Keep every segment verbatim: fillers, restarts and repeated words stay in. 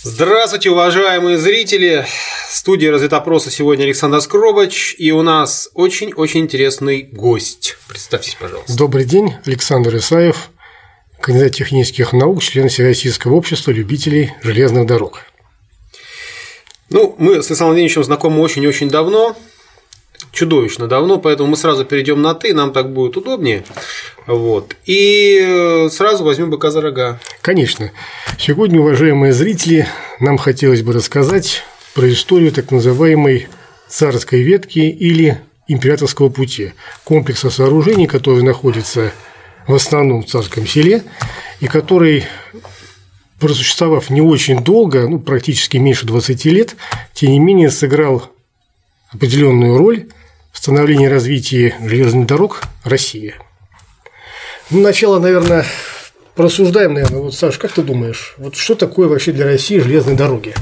Здравствуйте, уважаемые зрители! В студии «Разведопроса» сегодня Александр Скробач, и у нас очень-очень интересный гость. Представьтесь, пожалуйста. Добрый день, Александр Исаев, кандидат технических наук, член Всероссийского общества любителей железных дорог. Ну, мы с Александром Владимировичем знакомы очень-очень давно, чудовищно давно, поэтому мы сразу перейдем на «ты», нам так будет удобнее. Вот. И сразу возьмем быка за рога. Конечно. Сегодня, уважаемые зрители, нам хотелось бы рассказать про историю так называемой царской ветки или императорского пути, комплекса сооружений, который находится в основном в Царском Селе и который, просуществовав не очень долго, ну, практически меньше двадцати лет, тем не менее сыграл определенную роль в становлении и развитии железных дорог России. Ну, начало, наверное, просуждаем, наверное. Вот, Саш, как ты думаешь, вот что такое вообще для России железные дороги?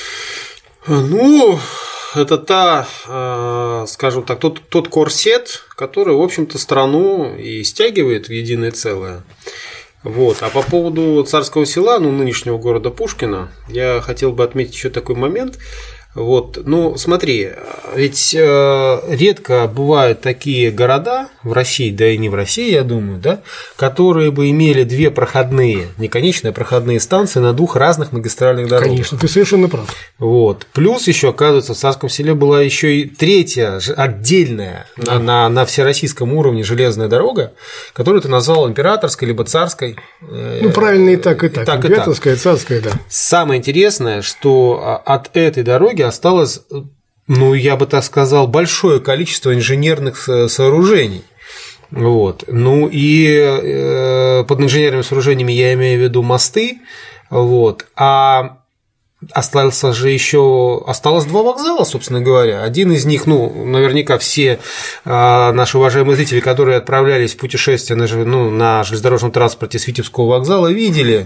Ну, это та, скажем так, тот, тот корсет, который, в общем-то, страну и стягивает в единое целое. Вот. А по поводу Царского Села, ну, нынешнего города Пушкина, я хотел бы отметить еще такой момент. Вот, ну, смотри, ведь э, редко бывают такие города в России, да и не в России, я думаю, да, которые бы имели две проходные, не конечные, а проходные станции на двух разных магистральных дорогах. Конечно, ты совершенно прав. Вот. Плюс еще, оказывается, в Царском Селе была еще и третья, отдельная на, на, на всероссийском уровне железная дорога, которую ты назвал императорской либо царской. Ну, правильно и так, и так. так императорская, и так. Царская, да. Самое интересное, что от этой дороги осталось, ну, я бы так сказал, большое количество инженерных сооружений. Вот. Ну и под инженерными сооружениями я имею в виду мосты. Вот. А остался же еще осталось два вокзала, собственно говоря. Один из них, ну, наверняка все наши уважаемые зрители, которые отправлялись в путешествие на, ну, на железнодорожном транспорте с Витебского вокзала, видели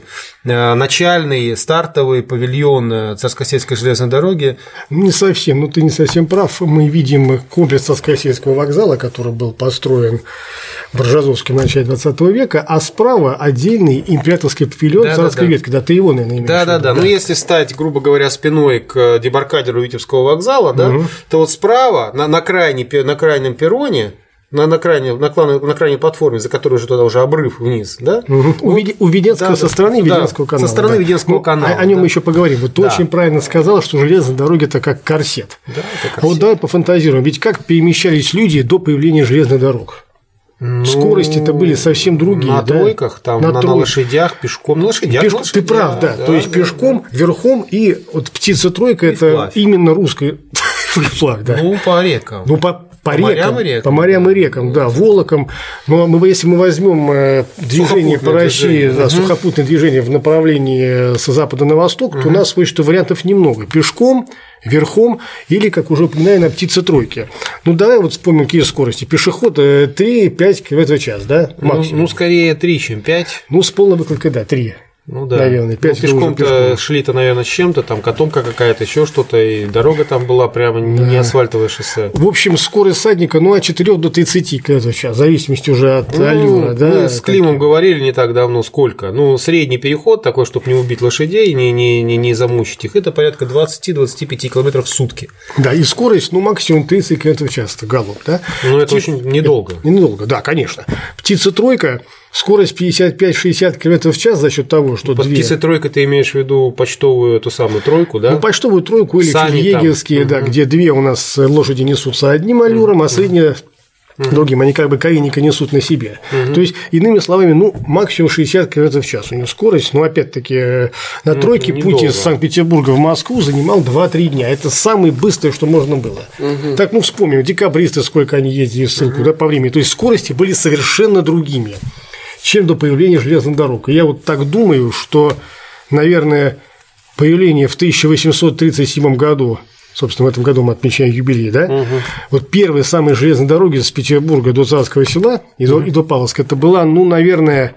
начальный стартовый павильон Царскосельской железной дороги. Не совсем, ну ты не совсем прав. Мы видим комплекс Царскосельского вокзала, который был построен в Ржазовском начале двадцатого века, а справа отдельный императорский павильон да, царской да, ветки. Да, ты его, наверное, имеешь да, в виду. Да, да, да. Ну, если стать, грубо говоря, спиной к дебаркадеру Витебского вокзала, да, угу. то вот справа, на, на, крайне, на крайнем перроне, на, на, крайней, на, на крайней платформе, за которой уже туда уже обрыв вниз, да? Угу. У, вот, у Веденского, да, со стороны да, Веденского канала. Со стороны да. Веденского ну, канала. О, о нем да. мы еще поговорим. Вот ты да. очень правильно сказал, что железные дороги это как корсет. Да, это корсет. А вот давай пофантазируем. Ведь как перемещались люди до появления железных дорог? Ну, скорости-то были совсем другие. На да? тройках, там, на, на, на лошадях, пешком. На лошадях, Пеш... на лошадях. Ты прав, да. да. То есть да, пешком, да. верхом и вот птица-тройка это вплавь. именно русская вплавь, да. Ну, по рекам. Ну, по, по, по рекам, морям и рекам. По морям и рекам, да, волокам. Но мы, если мы возьмем движение по России, да, угу. сухопутное движение в направлении с запада на восток, угу. то у нас выше вариантов немного. Пешком, верхом или, как уже упоминали, на птице-тройке. Ну, давай вот вспомним, какие скорости. Пешеход три-пять километров в час, да, максимум. Ну, ну, скорее три, чем пять. Ну, с полной выкладкой, да, три. Ну да. Наверное, пять ну, пешком-то пешком. Шли-то, наверное, с чем-то, там котомка какая-то, еще что-то, и дорога там была прямо да. не асфальтовое шоссе. В общем, скорость всадника, ну, от четырёх до тридцати километров в час, в зависимости уже от ну, аллюра, да. Мы с Климом говорили не так давно, сколько. Ну, средний переход такой, чтобы не убить лошадей, не, не, не, не замучить их, это порядка двадцать-двадцать пять километров в сутки. Да, и скорость, ну, максимум тридцать километров в час, это галоп, да. Ну, это Птиц... очень недолго. Это недолго, да, конечно. Птица-тройка. Скорость пятьдесят пять-шестьдесят километров в час за счет того, что под две... птицей-тройкой ты имеешь в виду почтовую эту самую тройку, да? Ну, почтовую тройку или егерские, да, угу. где две у нас лошади несутся одним аллюром, угу. а средняя другим, они как бы коренника несут на себе. Угу. То есть, иными словами, ну, максимум шестьдесят километров в час у него скорость, но опять-таки на тройке ну, путь из Санкт-Петербурга в Москву занимал два-три дня. Это самое быстрое, что можно было. Угу. Так, ну, вспомним, декабристы, сколько они ездили в ссылку, угу. да, по времени. То есть, скорости были совершенно другими, чем до появления железных дорог. И я вот так думаю, что, наверное, появление в тысяча восемьсот тридцать седьмом году, собственно, в этом году мы отмечаем юбилей, да, угу. вот первые самые железные дороги с Петербурга до Царского Села и до, угу. и до Павловска, это была, ну, наверное,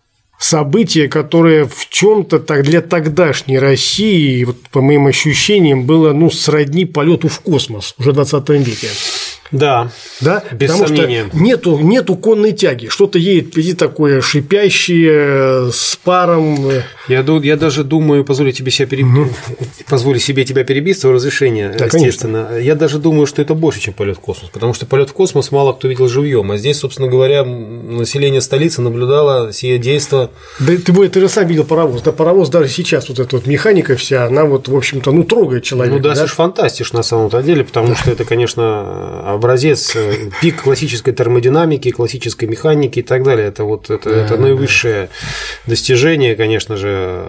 событие, которое в чем-то так для тогдашней России, вот, по моим ощущениям, было, ну, сродни полету в космос уже в двадцатом веке. Да, да? Без Потому сомнения. Что нету, нету конной тяги. Что-то едет впереди такое шипящее, с паром. Я, я даже думаю, позволю, тебе себя переб... угу. позволю себе тебя перебить, твое разрешение, да, естественно. Конечно. Я даже думаю, что это больше, чем полет в космос, потому что полет в космос мало кто видел живьем. А здесь, собственно говоря, население столицы наблюдало сие действо. Да ты, ты же сам видел паровоз. Да, паровоз даже сейчас, вот эта вот механика вся, она вот, в общем-то, ну, трогает человека. Ну, да, да? это же фантастиш на самом-то деле, потому да. что это, конечно, образец, пик классической термодинамики, классической механики и так далее. Это вот это, да, это наивысшее да. достижение, конечно же,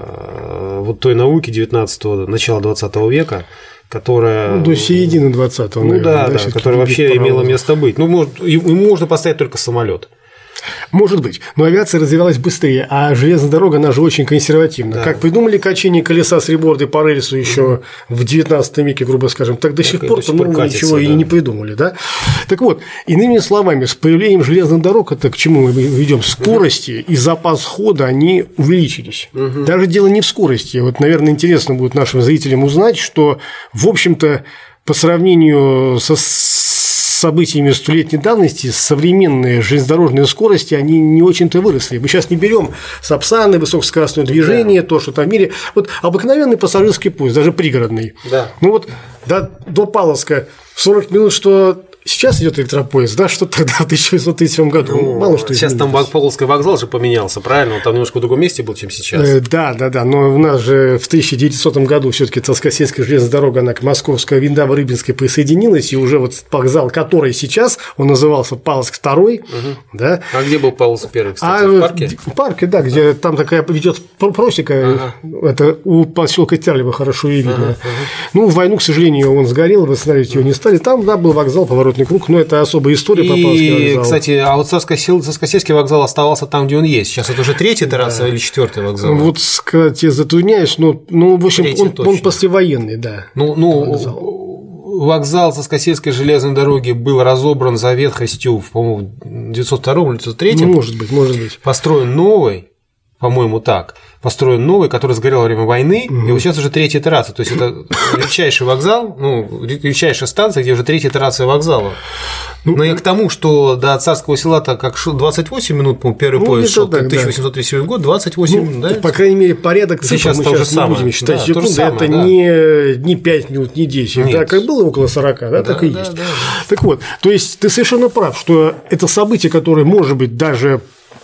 вот той науки девятнадцатого, начала двадцатого века, которая… Ну, до середины двадцатого, ну, наверное, да, да, да которая вообще имела место быть. Ну, может, ему можно поставить только самолет. Может быть, но авиация развивалась быстрее, а железная дорога, она же очень консервативна. Да. Как придумали качение колеса с ребордой по рельсу еще угу. в девятнадцатом веке, грубо скажем, так до сих так пор нового ничего да. и не придумали. Да? Так вот, иными словами, с появлением железных дорог, это к чему мы ведем? Скорости угу. и запас хода, они увеличились. Угу. Даже дело не в скорости. Вот, наверное, интересно будет нашим зрителям узнать, что, в общем-то, по сравнению со событиями столетней давности, современные железнодорожные скорости, они не очень-то выросли. Мы сейчас не берем Сапсаны, высокоскоростное движение, да. то, что там в мире. Вот обыкновенный пассажирский поезд, даже пригородный. Да. Ну вот до, до Павловска в сорок минут, что сейчас идет электропоезд, да, что тогда в тысяча восемьсот тридцать седьмом году. Ну, мало что сейчас изменилось. Там Павловский вокзал же поменялся, правильно? Он там немножко в другом месте был, чем сейчас. Э, да, да, да. Но у нас же в тысяча девятисотом году все-таки Царскосельская железная дорога, она к Московской, Виндава-Рыбинской присоединилась, и уже вот вокзал, который сейчас, он назывался Павловск второй. Угу. Да. А где был Павловск первый, кстати? А, в парке? В парке, да, где там такая ведет просека, ага. это у поселка Тярлева хорошо и видно. Ага, ага. Ну, в войну, к сожалению, он сгорел, восстанавливать его не стали. Там, да, был вокзал, поворотный круг, но это особая история про Павловский вокзал. Кстати, а вот Царскосельский вокзал оставался там, где он есть. Сейчас это уже третья итерация да. или четвертый вокзал? Вот, сказать, я затрудняюсь, но, ну, в общем, он, он послевоенный, да. Ну, ну вокзал. вокзал Царскосельской железной дороги был разобран за ветхостью, по-моему, в девятьсот втором или девятьсот третьем. Ну, может быть, может быть. Построен новый. По-моему, так. Построен новый, который сгорел во время войны, угу. и вот сейчас уже третья итерация. То есть это редчайший вокзал, ну, редчайшая станция, где уже третья итерация вокзала. Ну, но я к тому, что до Царского села-то как двадцать восемь минут, по-моему, первый ну, поезд шел, так, тысяча восемьсот тридцать седьмой год, двадцать восемь минут, ну, да? По крайней мере, порядок цифр сейчас мы то сейчас же не самое. будем считать Да, секунды, самое, это да. не, не пять минут, не десять, Нет. да, как было около сорока, да, да так и да, есть. Да, да. Так вот, то есть ты совершенно прав, что это событие, которое, может быть, даже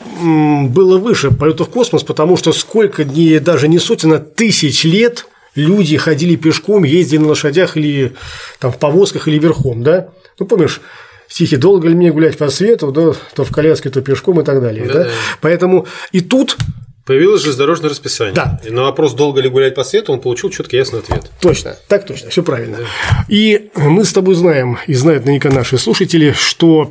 было выше полета в космос, потому что сколько дней, даже не сотен, а тысяч лет люди ходили пешком, ездили на лошадях или там, в повозках или верхом, да? Ну, помнишь, стихи «Долго ли мне гулять по свету, да, то в коляске, то пешком» и так далее, да? Да? Поэтому и тут… Появилось железнодорожное расписание. Да. И на вопрос, долго ли гулять по свету, он получил четкий ясный ответ. Точно, так точно, все правильно. Да. И мы с тобой знаем, и знают наверняка наши слушатели, что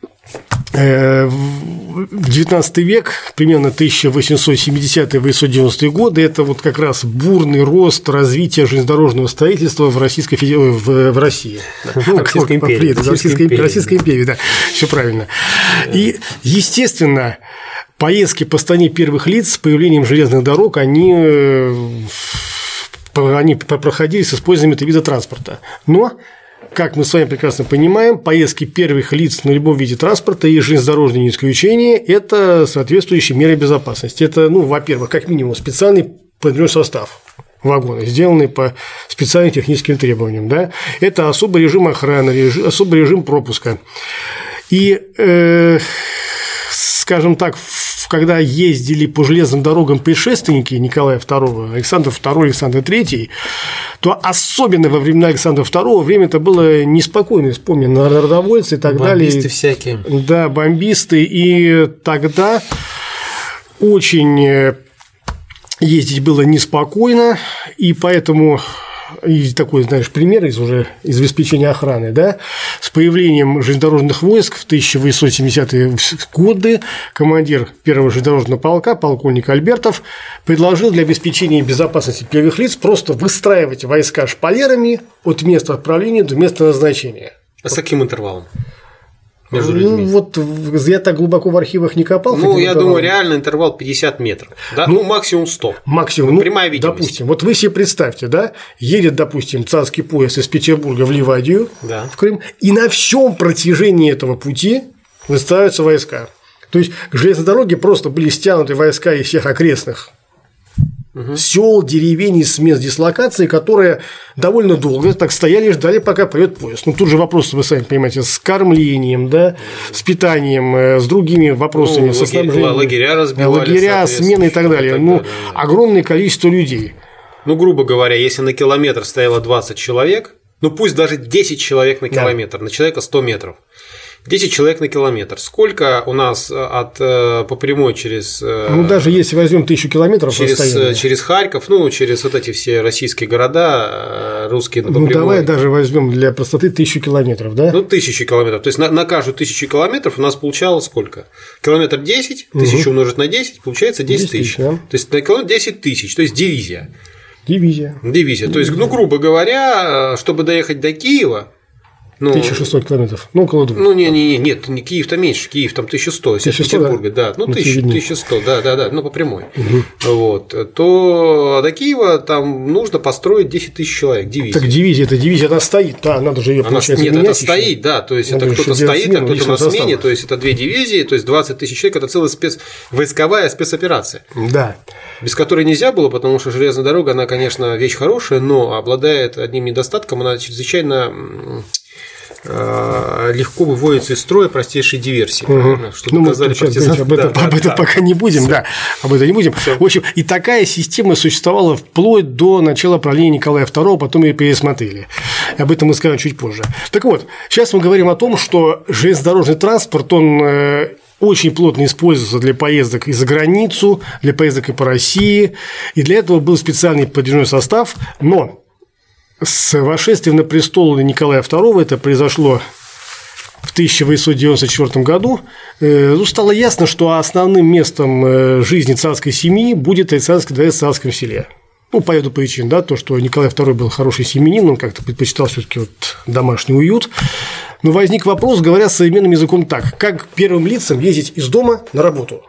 в девятнадцатый век, примерно тысяча восемьсот семидесятые — восемьсот девяностые годы, это вот как раз бурный рост развития железнодорожного строительства в, Российской Федер... в... в России. Ну, Российской империи. Российской империи, Российской империи, да, все правильно. И, естественно, поездки по стране первых лиц с появлением железных дорог, они, они проходили с использованием этого вида транспорта. Но как мы с вами прекрасно понимаем, поездки первых лиц на любом виде транспорта, и железнодорожные не исключение, это соответствующие меры безопасности. Это, ну, во-первых, как минимум специальный подвижной состав вагона, сделанный по специальным техническим требованиям. Да? Это особый режим охраны, режим, особый режим пропуска. И, э, скажем так, когда ездили по железным дорогам предшественники Николая второго, Александр второй, Александр третий, то особенно во времена Александра второго время это было неспокойно. Вспомним, народовольцы и так бомбисты далее. Бомбисты всякие. Да, бомбисты. И тогда очень ездить было неспокойно, и поэтому… И такой, знаешь, пример из уже из обеспечения охраны, да, с появлением железнодорожных войск в тысяча восемьсот семидесятые годы командир первого железнодорожного полка, полковник Альбертов, предложил для обеспечения безопасности первых лиц просто выстраивать войска шпалерами от места отправления до места назначения. А с каким интервалом? между людьми? Ну, вот я так глубоко в архивах не копал. Ну, я думаю, реально интервал пятьдесят метров. Да? Ну, ну, максимум сто. Максимум. Ну, прямая видимость. Допустим, вот вы себе представьте, да, едет, допустим, царский пояс из Петербурга в Ливадию, да. в Крым, и на всем протяжении этого пути выстраиваются войска. То есть к железной дороге просто были стянуты войска из всех окрестных угу. сел, деревень и с мест дислокации, которые довольно долго так стояли и ждали, пока придет поезд. Ну, тут же вопросы, вы сами понимаете, с кормлением, да, с питанием, с другими вопросами, ну, со снабжением. Лагеря разбивали. Лагеря, смены и так далее. И так ну, далее, да. огромное количество людей. Ну, грубо говоря, если на километр стояло двадцать человек, ну, пусть даже десять человек на километр, да. на человека сто метров. десять человек на километр. Сколько у нас от, по прямой через… Ну, даже если возьмем тысячу километров через, через Харьков, ну, через вот эти все российские города, русские на Ну, давай даже возьмем для простоты тысячу километров, да? Ну, тысячу километров. То есть, на, на каждую тысячу километров у нас получалось сколько? Километр десять, тысячу угу. умножить на десять, получается десять тысяч. Да. То есть, на километр десять тысяч, то есть дивизия. Дивизия. Дивизия. То есть, ну, грубо говоря, чтобы доехать до Киева. Ну, тысяча шестьсот километров, ну, около двух. Ну, не, не, не, нет, не Киев-то меньше, Киев там тысяча сто, если тысяча сто, Петербурга, да, да ну, тысяча сто, да, да, да, ну, по прямой, угу. вот, то до Киева там нужно построить десять тысяч человек, дивизия. Так дивизия, это дивизия, она стоит, да, надо же ее, получается, Нет, это стоит, еще. Да, то есть, надо это кто-то стоит, смену, а кто-то на смене, состава. То есть, это две дивизии, то есть, двадцать тысяч человек, это целая спец... войсковая спецоперация. Да. Без которой нельзя было, потому что железная дорога, она, конечно, вещь хорошая, но обладает одним недостатком, она чрезвычайно… легко выводится из строя простейшие диверсии. Угу. Чтобы ну, показали партизан... об этом, да, об этом да, пока не будем, да, об этом не будем. Всё. В общем, и такая система существовала вплоть до начала правления Николая второго, потом ее пересмотрели. Об этом мы скажем чуть позже. Так вот, сейчас мы говорим о том, что железнодорожный транспорт, он очень плотно используется для поездок и за границу, для поездок и по России, и для этого был специальный подвижной состав, но с восшествием на престол Николая второго, это произошло в тысяча восемьсот девяносто четвёртом году, ну, стало ясно, что основным местом жизни царской семьи будет Александровский дворец в Царском Селе. Ну, по ряду причин, да, то, что Николай второй был хороший семьянин, он как-то предпочитал все-таки вот домашний уют. Но возник вопрос, говоря современным языком так: как первым лицам ездить из дома на работу?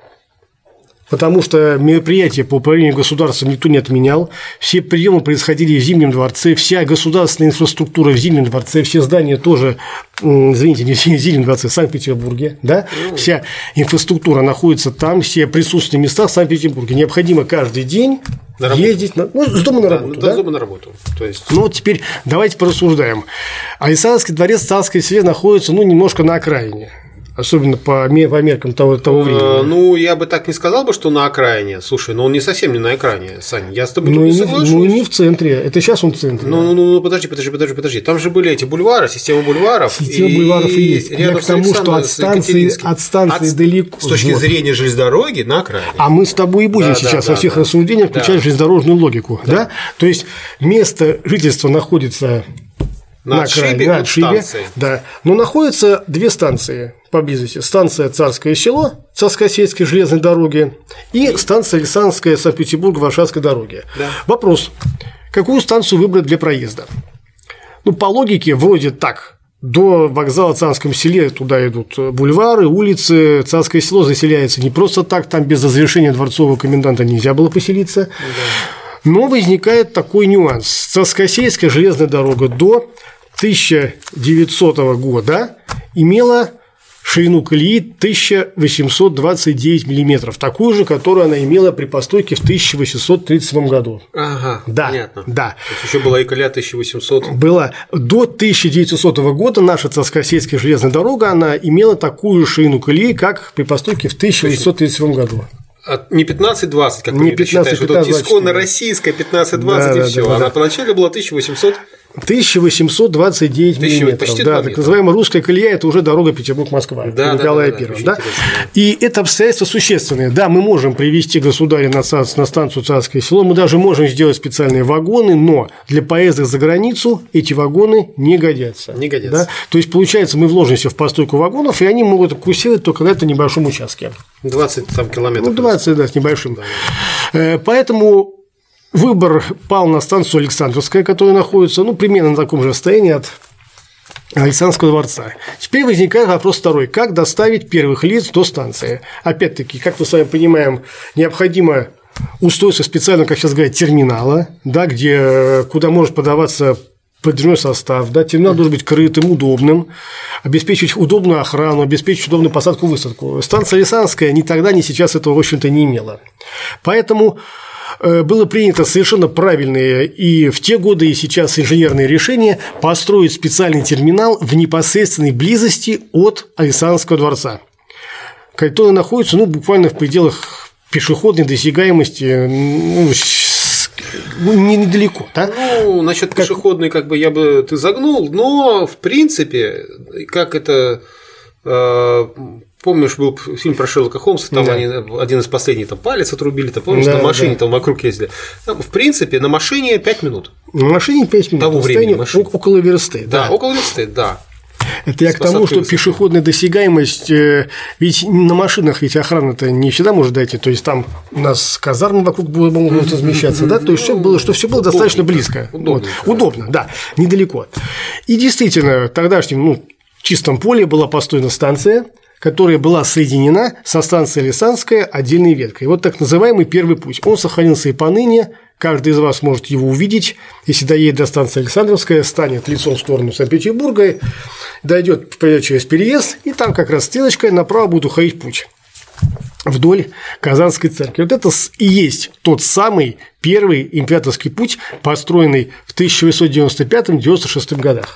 Потому что мероприятия по управлению государством никто не отменял, все приемы происходили в Зимнем дворце, вся государственная инфраструктура в Зимнем дворце, все здания тоже, извините, не в Зимнем дворце, в Санкт-Петербурге, да, вся инфраструктура находится там, все присутственные места в Санкт-Петербурге. Необходимо каждый день на ездить на, ну, с дома на работу. Да, да? С дома на работу. То есть... Ну, вот теперь давайте порассуждаем. Александровский дворец в Царской Селе находится, ну, немножко на окраине. Особенно по, по меркам того, того времени. Ну, я бы так не сказал бы, что на окраине. Слушай, но он не совсем не на окраине, Саня. Я с тобой ну, не соглашусь. Ну, не в центре. Это сейчас он в центре. Ну, ну, ну, ну, подожди, подожди, подожди, подожди. Там же были эти бульвары, система бульваров. Система и... бульваров и есть. Я к тому, что от станции, от станции от... далеко. С точки вот. зрения железной дороги на окраине. А мы с тобой и будем да, сейчас да, во всех да, рассуждениях да. включать железнодорожную логику. Да. Да? То есть место жительства находится на, на окраине, на отшибе, да. Но находятся две станции поблизости. Станция Царское село, Царскосельской железной дороги, и станция Александровская, Санкт-Петербург-Варшавской дороги. Да. Вопрос: какую станцию выбрать для проезда? Ну, по логике, вроде так. До вокзала в Царском селе туда идут бульвары, улицы. Царское село заселяется не просто так, там без разрешения дворцового коменданта нельзя было поселиться. Да. Но возникает такой нюанс. Царскосельская железная дорога до тысяча девятисотого года имела ширину колеи тысяча восемьсот двадцать девять миллиметров, такую же, которую она имела при постройке в тысяча восемьсот тридцать седьмом году. Ага, да, понятно. Да. То есть еще была и колея тысяча восемьсот. Была. До тысяча девятисотого года наша Царскосельская железная дорога, она имела такую же ширину колеи, как при постройке в тысяча восемьсот тридцать седьмом году. Не пятнадцать двадцать, как ты считаешь, вот исконно российская пятнадцать двадцать, да, и да, все. Да, она да. поначалу была тысяча восемьсот. тысяча восемьсот двадцать девять миллиметров, да, так называемая русская колея, это уже дорога Петербург-Москва, да, Николая да, да, Первого, да, да? И это обстоятельства существенные, да, мы можем привезти государя на, на станцию Царское село, мы даже можем сделать специальные вагоны, но для поездок за границу эти вагоны не годятся. Не годятся. Да? То есть, получается, мы вложимся в постройку вагонов, и они могут курсировать только на этом небольшом участке. двадцать там, километров. Ну, двадцать, да, с небольшим. Да. Поэтому выбор пал на станцию Александровская, которая находится, ну, примерно на таком же расстоянии от Александрского дворца. Теперь возникает вопрос второй. Как доставить первых лиц до станции? Опять-таки, как мы с вами понимаем, необходимо устройство специально, как сейчас говорят, терминала, да, где, куда может подаваться подвижной состав. Да, терминал должен быть крытым, удобным, обеспечивать удобную охрану, обеспечивать удобную посадку-высадку. Станция Александрская ни тогда, ни сейчас этого, в общем-то, не имела. Поэтому было принято совершенно правильные и в те годы, и сейчас инженерные решения построить специальный терминал в непосредственной близости от Александрского дворца, который находится, ну, буквально в пределах пешеходной досягаемости, ну, не недалеко, да? Ну, насчет как... пешеходной, как бы я бы ты загнул, но в принципе, как это. Э... Помнишь, был фильм про Шерлока Холмса, там да. они один из последних там палец отрубили, там, помнишь, да, на машине да. там вокруг ездили. Там, в принципе, на машине пять минут. На машине пять минут. Того времени машине. Около версты. Да, да, около версты, да. Это я с к тому, что пешеходная досягаемость, ведь на машинах ведь охрана-то не всегда может дойти, то есть там у нас казармы вокруг могут размещаться, да, то есть все было, что все было достаточно близко, удобно, вот. удобно, да, недалеко. И действительно, в тогдашнем, ну, чистом поле была построена станция, которая была соединена со станцией Александрская отдельной веткой. Вот так называемый первый путь. Он сохранился и поныне. Каждый из вас может его увидеть. Если доедет до станции Александровская, станет лицом в сторону Санкт-Петербурга, дойдет, пройдет через переезд, и там как раз стрелочкой направо будет уходить путь вдоль Казанской церкви. Вот это и есть тот самый первый императорский путь, построенный в тысяча восемьсот девяносто пятом — девяносто шестом годах.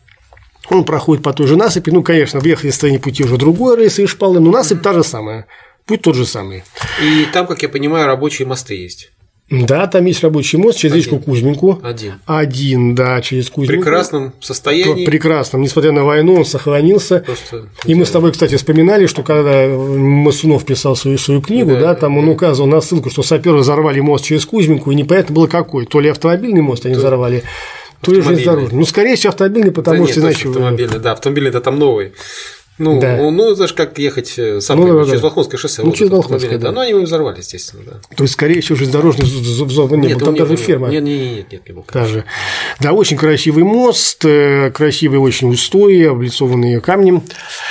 Он проходит по той же насыпи. Ну, конечно, в верхней стороне пути уже другой рельсы и шпалы, но насыпь та же самая. Путь тот же самый. И там, как я понимаю, рабочие мосты есть. Да, там есть рабочий мост через речку Кузьминку. Один. Один, да, через Кузьминку. В прекрасном состоянии. В прекрасном. Несмотря на войну, он сохранился. Просто... И мы с тобой, кстати, вспоминали, что когда Масунов писал свою, свою книгу, да, да, там да. он указывал на ссылку, что саперы взорвали мост через Кузьминку, и непонятно было какой. То ли автомобильный мост они взорвали, то ли железнодорожный. Ну, скорее всего, автомобильный, потому да что нет, иначе. Автомобильный, да, автомобильный это там новый. Ну, да. ну, это же как ехать сам ну, да, через да. Волхонское шоссе. Ну, вот через Волхонское, да. да. Но они его взорвали, естественно, да. То есть, скорее всего, железнодорожный взорван не нет, был. Там не даже был, ферма. Нет, нет, нет, нет, не был. Даже. Да, очень красивый мост, красивые очень устои, облицованные камнем.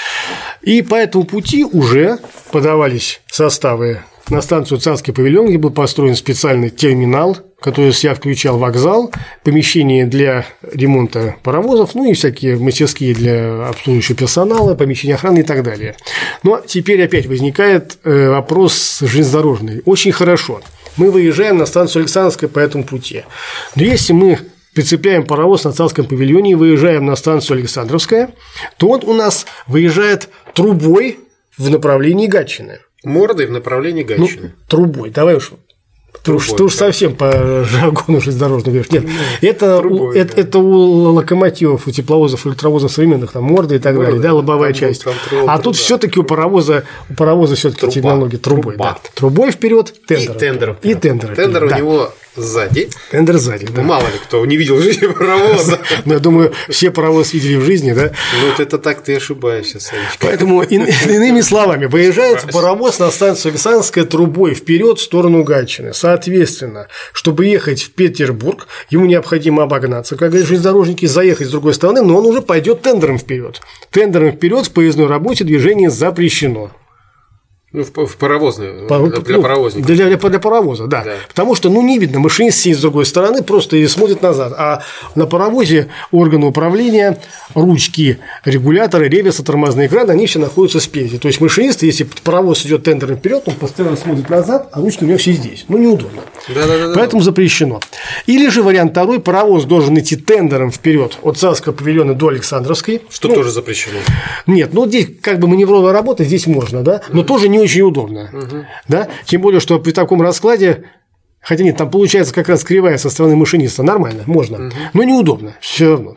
И по этому пути уже подавались составы на станцию Царский павильон, где был построен специальный терминал, который в себя включал вокзал, помещение для ремонта паровозов, ну и всякие мастерские для обслуживающего персонала, помещения охраны и так далее. Но теперь опять возникает вопрос железнодорожный. Очень хорошо. Мы выезжаем на станцию Александровская по этому пути. Но если мы прицепляем паровоз на Царском павильоне и выезжаем на станцию Александровская, то он у нас выезжает трубой в направлении Гатчины. Мордой в направлении Гатчины. Ну, трубой. Давай уж. Трубой, ты уж да. совсем по жаргону железнодорожному говоришь. Нет, ну, это, трубой, это, да. это у локомотивов, у тепловозов, электровозов современных, там морды и так морды, далее, да, лобовая часть. Там, там, а тут все-таки у паровоза, у паровоза все-таки технология трубой. Труба. Да. Трубой вперед, тендер. И тендер. И тендер. Тендер да. у него сзади. Тендер сзади, да. Ну, мало ли кто не видел в жизни паровоза. Ну, я думаю, все паровоз видели в жизни, да? Ну, вот это так ты ошибаешься, Санечка. Поэтому, иными словами, выезжает паровоз на станцию Александровская трубой вперед в сторону Гатчины. Соответственно, чтобы ехать в Петербург, ему необходимо обогнаться, как говорят железнодорожники, заехать с другой стороны, но он уже пойдет тендером вперед. Тендером вперед в поездной работе движение запрещено. Ну, в, в паровозную, По, для ну, паровозника. Для, для, для паровоза, да. да. Потому что, ну, не видно, машинист сидит с другой стороны, просто и смотрит назад. А на паровозе органы управления, ручки, регуляторы, реверсы, тормозные экраны, они все находятся спереди. То есть, машинист, если паровоз идет тендером вперед, он постоянно смотрит назад, а ручки у него все здесь. Ну, неудобно. Да, да, да, Поэтому да. запрещено. Или же вариант второй, паровоз должен идти тендером вперед от Царского павильона до Александровской. Что ну, тоже запрещено. Нет, ну, здесь как бы маневровая работа, здесь можно, да, но mm-hmm. тоже не очень удобно. Угу. Да? Тем более, что при таком раскладе, хотя нет, там получается как раз кривая со стороны машиниста, нормально, можно, угу. но неудобно, все равно.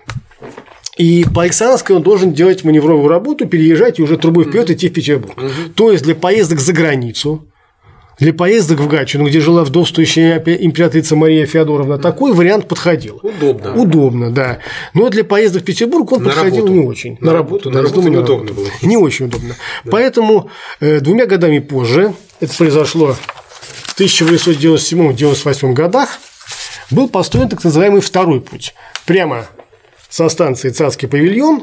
И по Александровской он должен делать маневровую работу, переезжать и уже трубой вперед идти в Петербург. Угу. То есть для поездок за границу, для поездок в Гатчину, где жила вдовствующая императрица Мария Феодоровна, такой вариант подходил. Удобно. Удобно, да. Но для поездок в Петербург он на подходил работу. не очень. На, на работу, работу, на работу думаю, неудобно на было. Не очень удобно. Да. Поэтому э, двумя годами позже, это произошло в тысяча восемьсот девяносто седьмом — девяносто восьмом годах, был построен так называемый второй путь. Прямо со станции Царский павильон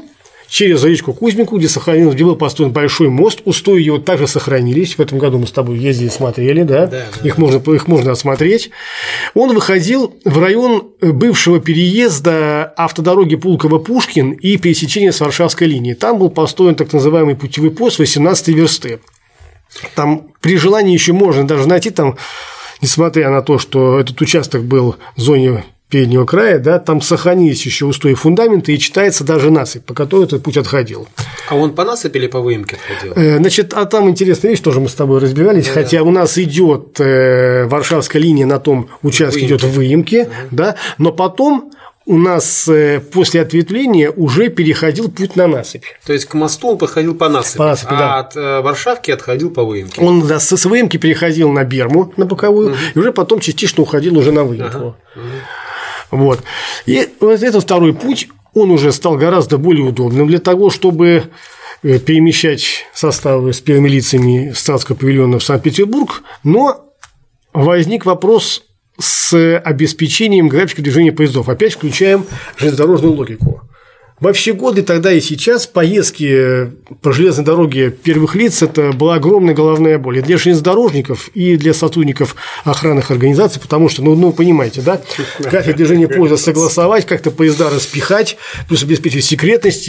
через речку Кузьминку, где сохранилось, где был построен большой мост, устои его также сохранились. В этом году мы с тобой ездили, смотрели, да, да, да их, да. Можно, их можно осмотреть. Он выходил в район бывшего переезда автодороги Пулково-Пушкин и пересечения с Варшавской линии. Там был построен так называемый путевой пост восемнадцатой версты. Там при желании еще можно даже найти там, несмотря на то, что этот участок был в зоне переднего края, да, там сохранились еще устои фундамента и читается даже насыпь, по которой этот путь отходил. А он по насыпи или по выемке отходил? Значит, а там интересная вещь, тоже мы с тобой разбирались, да, хотя да. у нас идет Варшавская линия на том участке идет в выемке, угу. да, но потом у нас после ответвления уже переходил путь на насыпь. То есть к мосту он подходил по насыпи, по насыпи а да. от Варшавки отходил по выемке. Он да, с выемки переходил на берму, на боковую, угу. и уже потом частично уходил уже на выемку. Ага. Угу. Вот. И вот этот второй путь, он уже стал гораздо более удобным для того, чтобы перемещать составы с первыми лицами статского павильона в Санкт-Петербург, но возник вопрос с обеспечением графика движения поездов. Опять включаем железнодорожную логику. Во все годы, тогда и сейчас, поездки по железной дороге первых лиц – это была огромная головная боль и для железнодорожников, и для сотрудников охранных организаций, потому что, ну, ну понимаете, да, график движения поезда согласовать, как-то поезда распихать, плюс обеспечить секретность.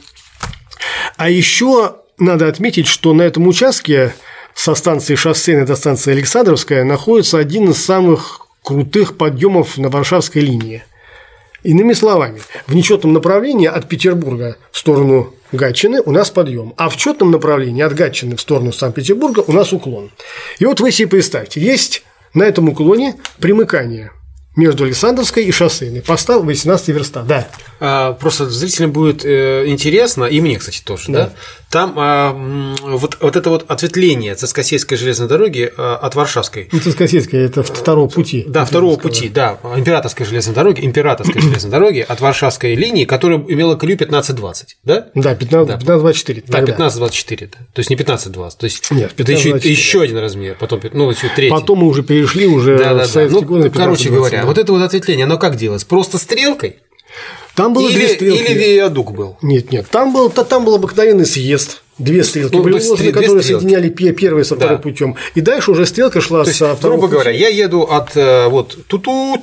А еще надо отметить, что на этом участке со станции Шоссейной до станции Александровская находится один из самых крутых подъемов на Варшавской линии. Иными словами, в нечетном направлении от Петербурга в сторону Гатчины у нас подъем, а в четном направлении от Гатчины в сторону Санкт-Петербурга у нас уклон. И вот вы себе представьте, есть на этом уклоне примыкание между Александровской и Шоссейной, постав восемнадцатой верста, да. А, просто зрителям будет э, интересно, и мне, кстати, тоже, да, да? Там а, вот, вот это вот ответвление Царскосельской железной дороги а, от Варшавской. Ну, Царскосельская – это второго пути. Да, второго пути, да, императорской железной дороги, императорской железной дороги от Варшавской линии, которая имела колею пятнадцать двадцать, да? Да, пятнадцать двадцать четыре. Да, пятнадцать двадцать четыре, да. То есть не пятнадцать двадцать, то есть нет, это еще, еще один размер, потом, ну, еще третий. Потом мы уже перешли уже да, да, в советские да. Ну, короче говоря, вот это вот ответвление, оно как делалось? Просто стрелкой? Там было или, две стрелки. Или виадук был? Нет, нет, там был, там был обыкновенный съезд. Две стрелки ну, были уложены, которые стрелки. Соединяли первый со вторым да. путем. И дальше уже стрелка шла то со есть, второго грубо пути. говоря, я еду от вот туту,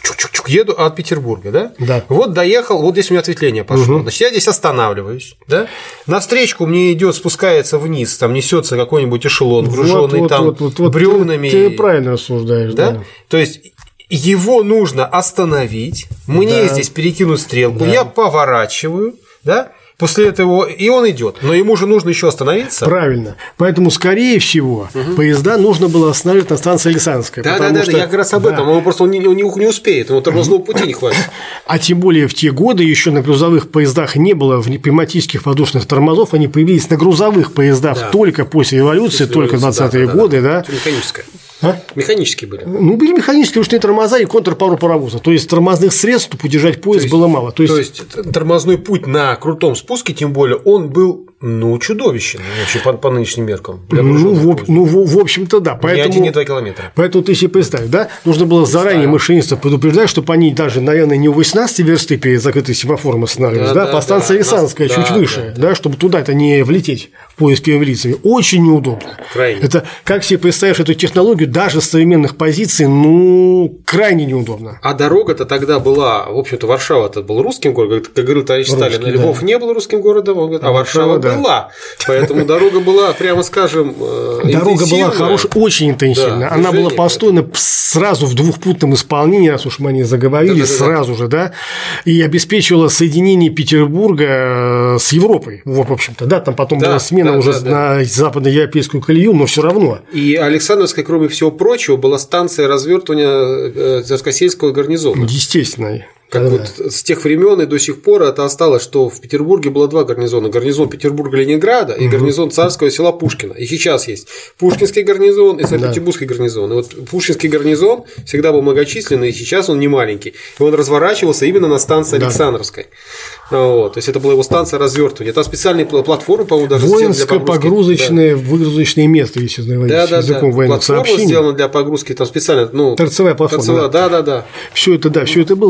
еду от Петербурга, да? Да. Вот доехал, вот здесь у меня ответвление пошло. Угу. Значит, я здесь останавливаюсь, да? Навстречку мне идет, спускается вниз, там несется какой-нибудь эшелон, груженный вот, там вот, вот, вот, бревнами. Ты, ты правильно рассуждаешь, да? да? То есть его нужно остановить, мне да. здесь перекинуть стрелку, да. я поворачиваю, да? После этого и он идет, но ему же нужно еще остановиться. Правильно. Поэтому, скорее всего, угу. поезда нужно было останавливать на станции Александровская. Да, да, да, что... я как раз об этом. Да. Он просто он не, он не успеет, ему тормозного пути не хватит. А тем более в те годы еще на грузовых поездах не было пневматических воздушных тормозов, они появились на грузовых поездах да. только после революции, после только в двадцатые да, да, годы. Да, да. Механическое. А? Механические были. Ну, были механические ручные тормоза и контрпару паровоза. То есть тормозных средств, чтобы удержать поезд, то есть, было мало. То есть... то есть тормозной путь на крутом спуске, тем более, он был ну, чудовищный вообще по, по нынешним меркам. Ну, в, ну, в, в общем-то, да. Поэтому, не один, не два километра. Поэтому ты себе представь, да? Нужно было заранее машинистов предупреждать, чтобы они даже, наверное, не у восемнадцатой версты перед закрытой семафором останавливались, да, да, да, по станции да, Александровская да, чуть да, выше, да, да, да, чтобы туда-то не влететь в поезд первыми лицами. Очень неудобно. Крайне. Это как себе представишь эту технологию даже с современных позиций, ну, крайне неудобно. А дорога-то тогда была, в общем-то, Варшава-то был русским городом, как говорил товарищ Русский, Сталин, Львов да. не был русским городом, он говорит, а Варшава да. была. Поэтому дорога была, прямо скажем, дорога была хорошая, очень интенсивная. Да, она была построена сразу в двухпутном исполнении, раз уж мы о ней заговорили, да, да, сразу да. же, да, и обеспечивала соединение Петербурга с Европой, в общем-то, да, там потом да, была смена да, уже да, на да. западноевропейскую колею, но все равно. И Александровская, кроме всего прочего, была станция развертывания Царскосельского гарнизона. Естественно. Как да, вот да. с тех времен и до сих пор это осталось, что в Петербурге было два гарнизона: гарнизон Петербурга-Ленинграда и угу. гарнизон царского села Пушкина. И сейчас есть Пушкинский гарнизон и Санкт-Петербургский да. гарнизон. И вот Пушкинский гарнизон всегда был многочисленный, и сейчас он не маленький. И он разворачивался именно на станции да. Александровской. Вот. То есть это была его станция развертывания. Там специальные платформы, по-моему, даже сделаны для погрузки. Воинско-погрузочное да. выгрузочное место, если знаете, да, да, языком да. военных сообщений. Платформа сделана для погрузки, там специально, ну, торцевая платформа. Торцевая, да, да, да. Все это, да, все это было и все это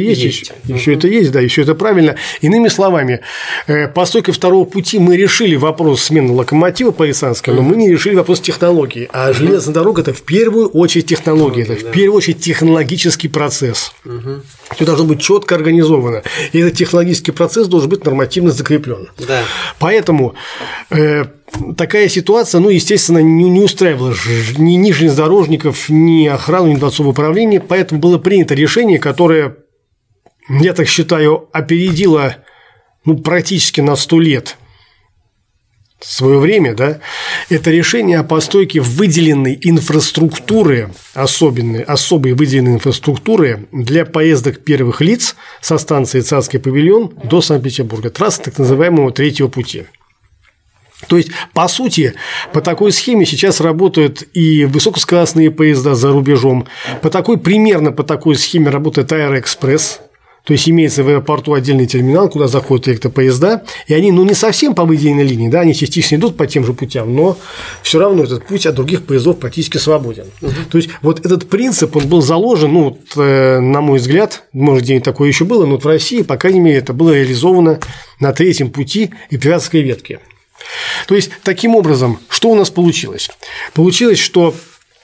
есть, есть. И, и все это есть, да, и все это правильно. Иными словами, постройкой второго пути мы решили вопрос смены локомотива по Рязанской, но мы не решили вопрос технологии. А железная дорога – это в первую очередь технология, это в первую очередь технологический процесс. Все должно быть четко организовано. И этот технологический процесс должен быть нормативно закреплен. Да. Поэтому э, такая ситуация, ну, естественно, не, не устраивала ни, ни железнодорожников, ни охрану, ни дворцовое управление. Поэтому было принято решение, которое, я так считаю, опередило ну, практически на сто лет свое время, да, это решение о постройке выделенной инфраструктуры, особенной, особой выделенной инфраструктуры для поездок первых лиц со станции Царский павильон до Санкт-Петербурга, трассы так называемого третьего пути. То есть, по сути, по такой схеме сейчас работают и высокоскоростные поезда за рубежом, по такой, примерно по такой схеме работает Аэроэкспресс. То есть, имеется в аэропорту отдельный терминал, куда заходят электропоезда, и они, ну, не совсем по выделенной линии, да, они частично идут по тем же путям, но все равно этот путь от других поездов практически свободен. Угу. То есть, вот этот принцип, он был заложен, ну, вот, э, на мой взгляд, может, где-нибудь такое еще было, но вот в России, по крайней мере, это было реализовано на третьем пути и Пиратской ветке. То есть, таким образом, что у нас получилось? Получилось, что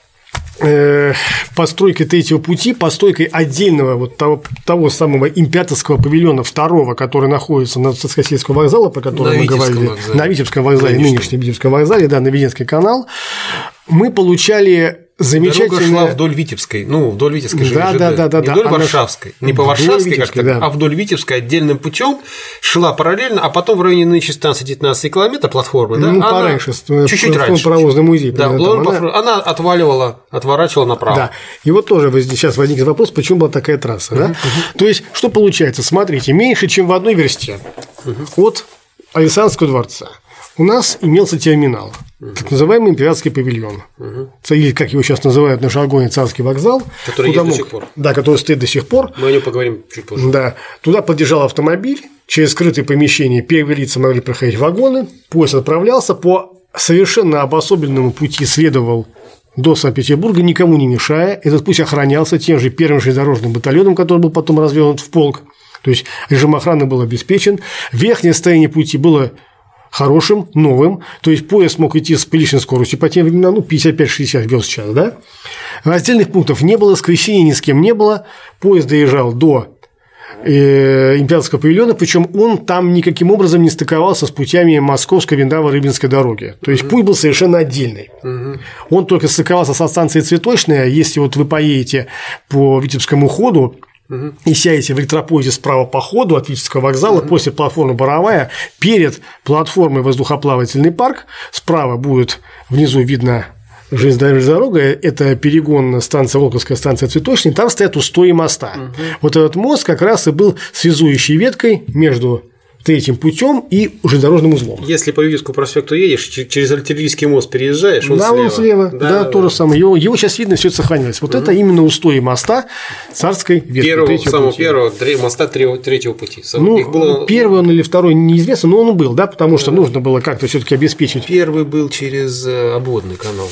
постройкой третьего пути, постройкой отдельного вот того, того самого императорского павильона второго, который находится на Царскосельского вокзала, про который на мы говорили, вокзале. на Витебском вокзале, Конечно. нынешнем Витебском вокзале, да, на Веденский канал, мы получали замечательно. Дорога шла вдоль Витебской, ну, вдоль Витебской же да, да, да, да, не да, вдоль она... Варшавской, не по Варшавской как-то, да. а вдоль Витебской отдельным путем шла параллельно, а потом в районе нынешней станции девятнадцать километров платформы, да, ну, она пораньше, чуть-чуть раньше, паровозный музей, да, там, она... она отваливала, отворачивала направо. Да, и вот тоже сейчас возник вопрос, почему была такая трасса, да? Uh-huh. То есть, что получается? Смотрите, меньше, чем в одной версте uh-huh. от Александрского дворца у нас имелся терминал, uh-huh. так называемый императорский павильон, uh-huh. или, как его сейчас называют на жаргоне, Царский вокзал. Который есть мог... до сих пор. Да, который стоит до сих пор. Мы о нем поговорим чуть позже. Да. Туда подъезжал автомобиль, через скрытые помещения первые лица могли проходить вагоны, поезд отправлялся, по совершенно обособленному пути следовал до Санкт-Петербурга, никому не мешая. Этот путь охранялся тем же первым железнодорожным батальоном, который был потом развернут в полк. То есть, режим охраны был обеспечен. Верхнее состояние пути было хорошим, новым, то есть поезд мог идти с приличной скоростью по тем временам, ну, пятьдесят пять шестьдесят верст в час, да? Раздельных пунктов не было, скрещений ни с кем не было, поезд доезжал до э, императорского павильона, причем он там никаким образом не стыковался с путями Московской, Виндава-Рыбинской дороги, то есть mm-hmm. путь был совершенно отдельный. Mm-hmm. Он только стыковался со станцией Цветочная, если вот вы поедете по Витебскому ходу, Uh-huh. и сядете в электропоезде справа по ходу от Витебского вокзала, uh-huh. после платформы Боровая, перед платформой воздухоплавательный парк, справа будет внизу видно железная дорога, это перегон станция Волковская, станция Цветочная, там стоят устои моста. Uh-huh. Вот этот мост как раз и был связующей веткой между третьим путем и железнодорожным узлом. Если по Витебскому проспекту едешь, через Артиллерийский мост переезжаешь, он да, слева. он слева, да, да, то же самое. Его, его сейчас видно, все это сохранилось. Вот угу. это именно устои моста Царской ветки. Первого, самого пути. первого моста третьего пути. Ну, Их было... первый он или второй неизвестно, но он был, да, потому что да. нужно было как-то все-таки обеспечить. Первый был через обводный канал.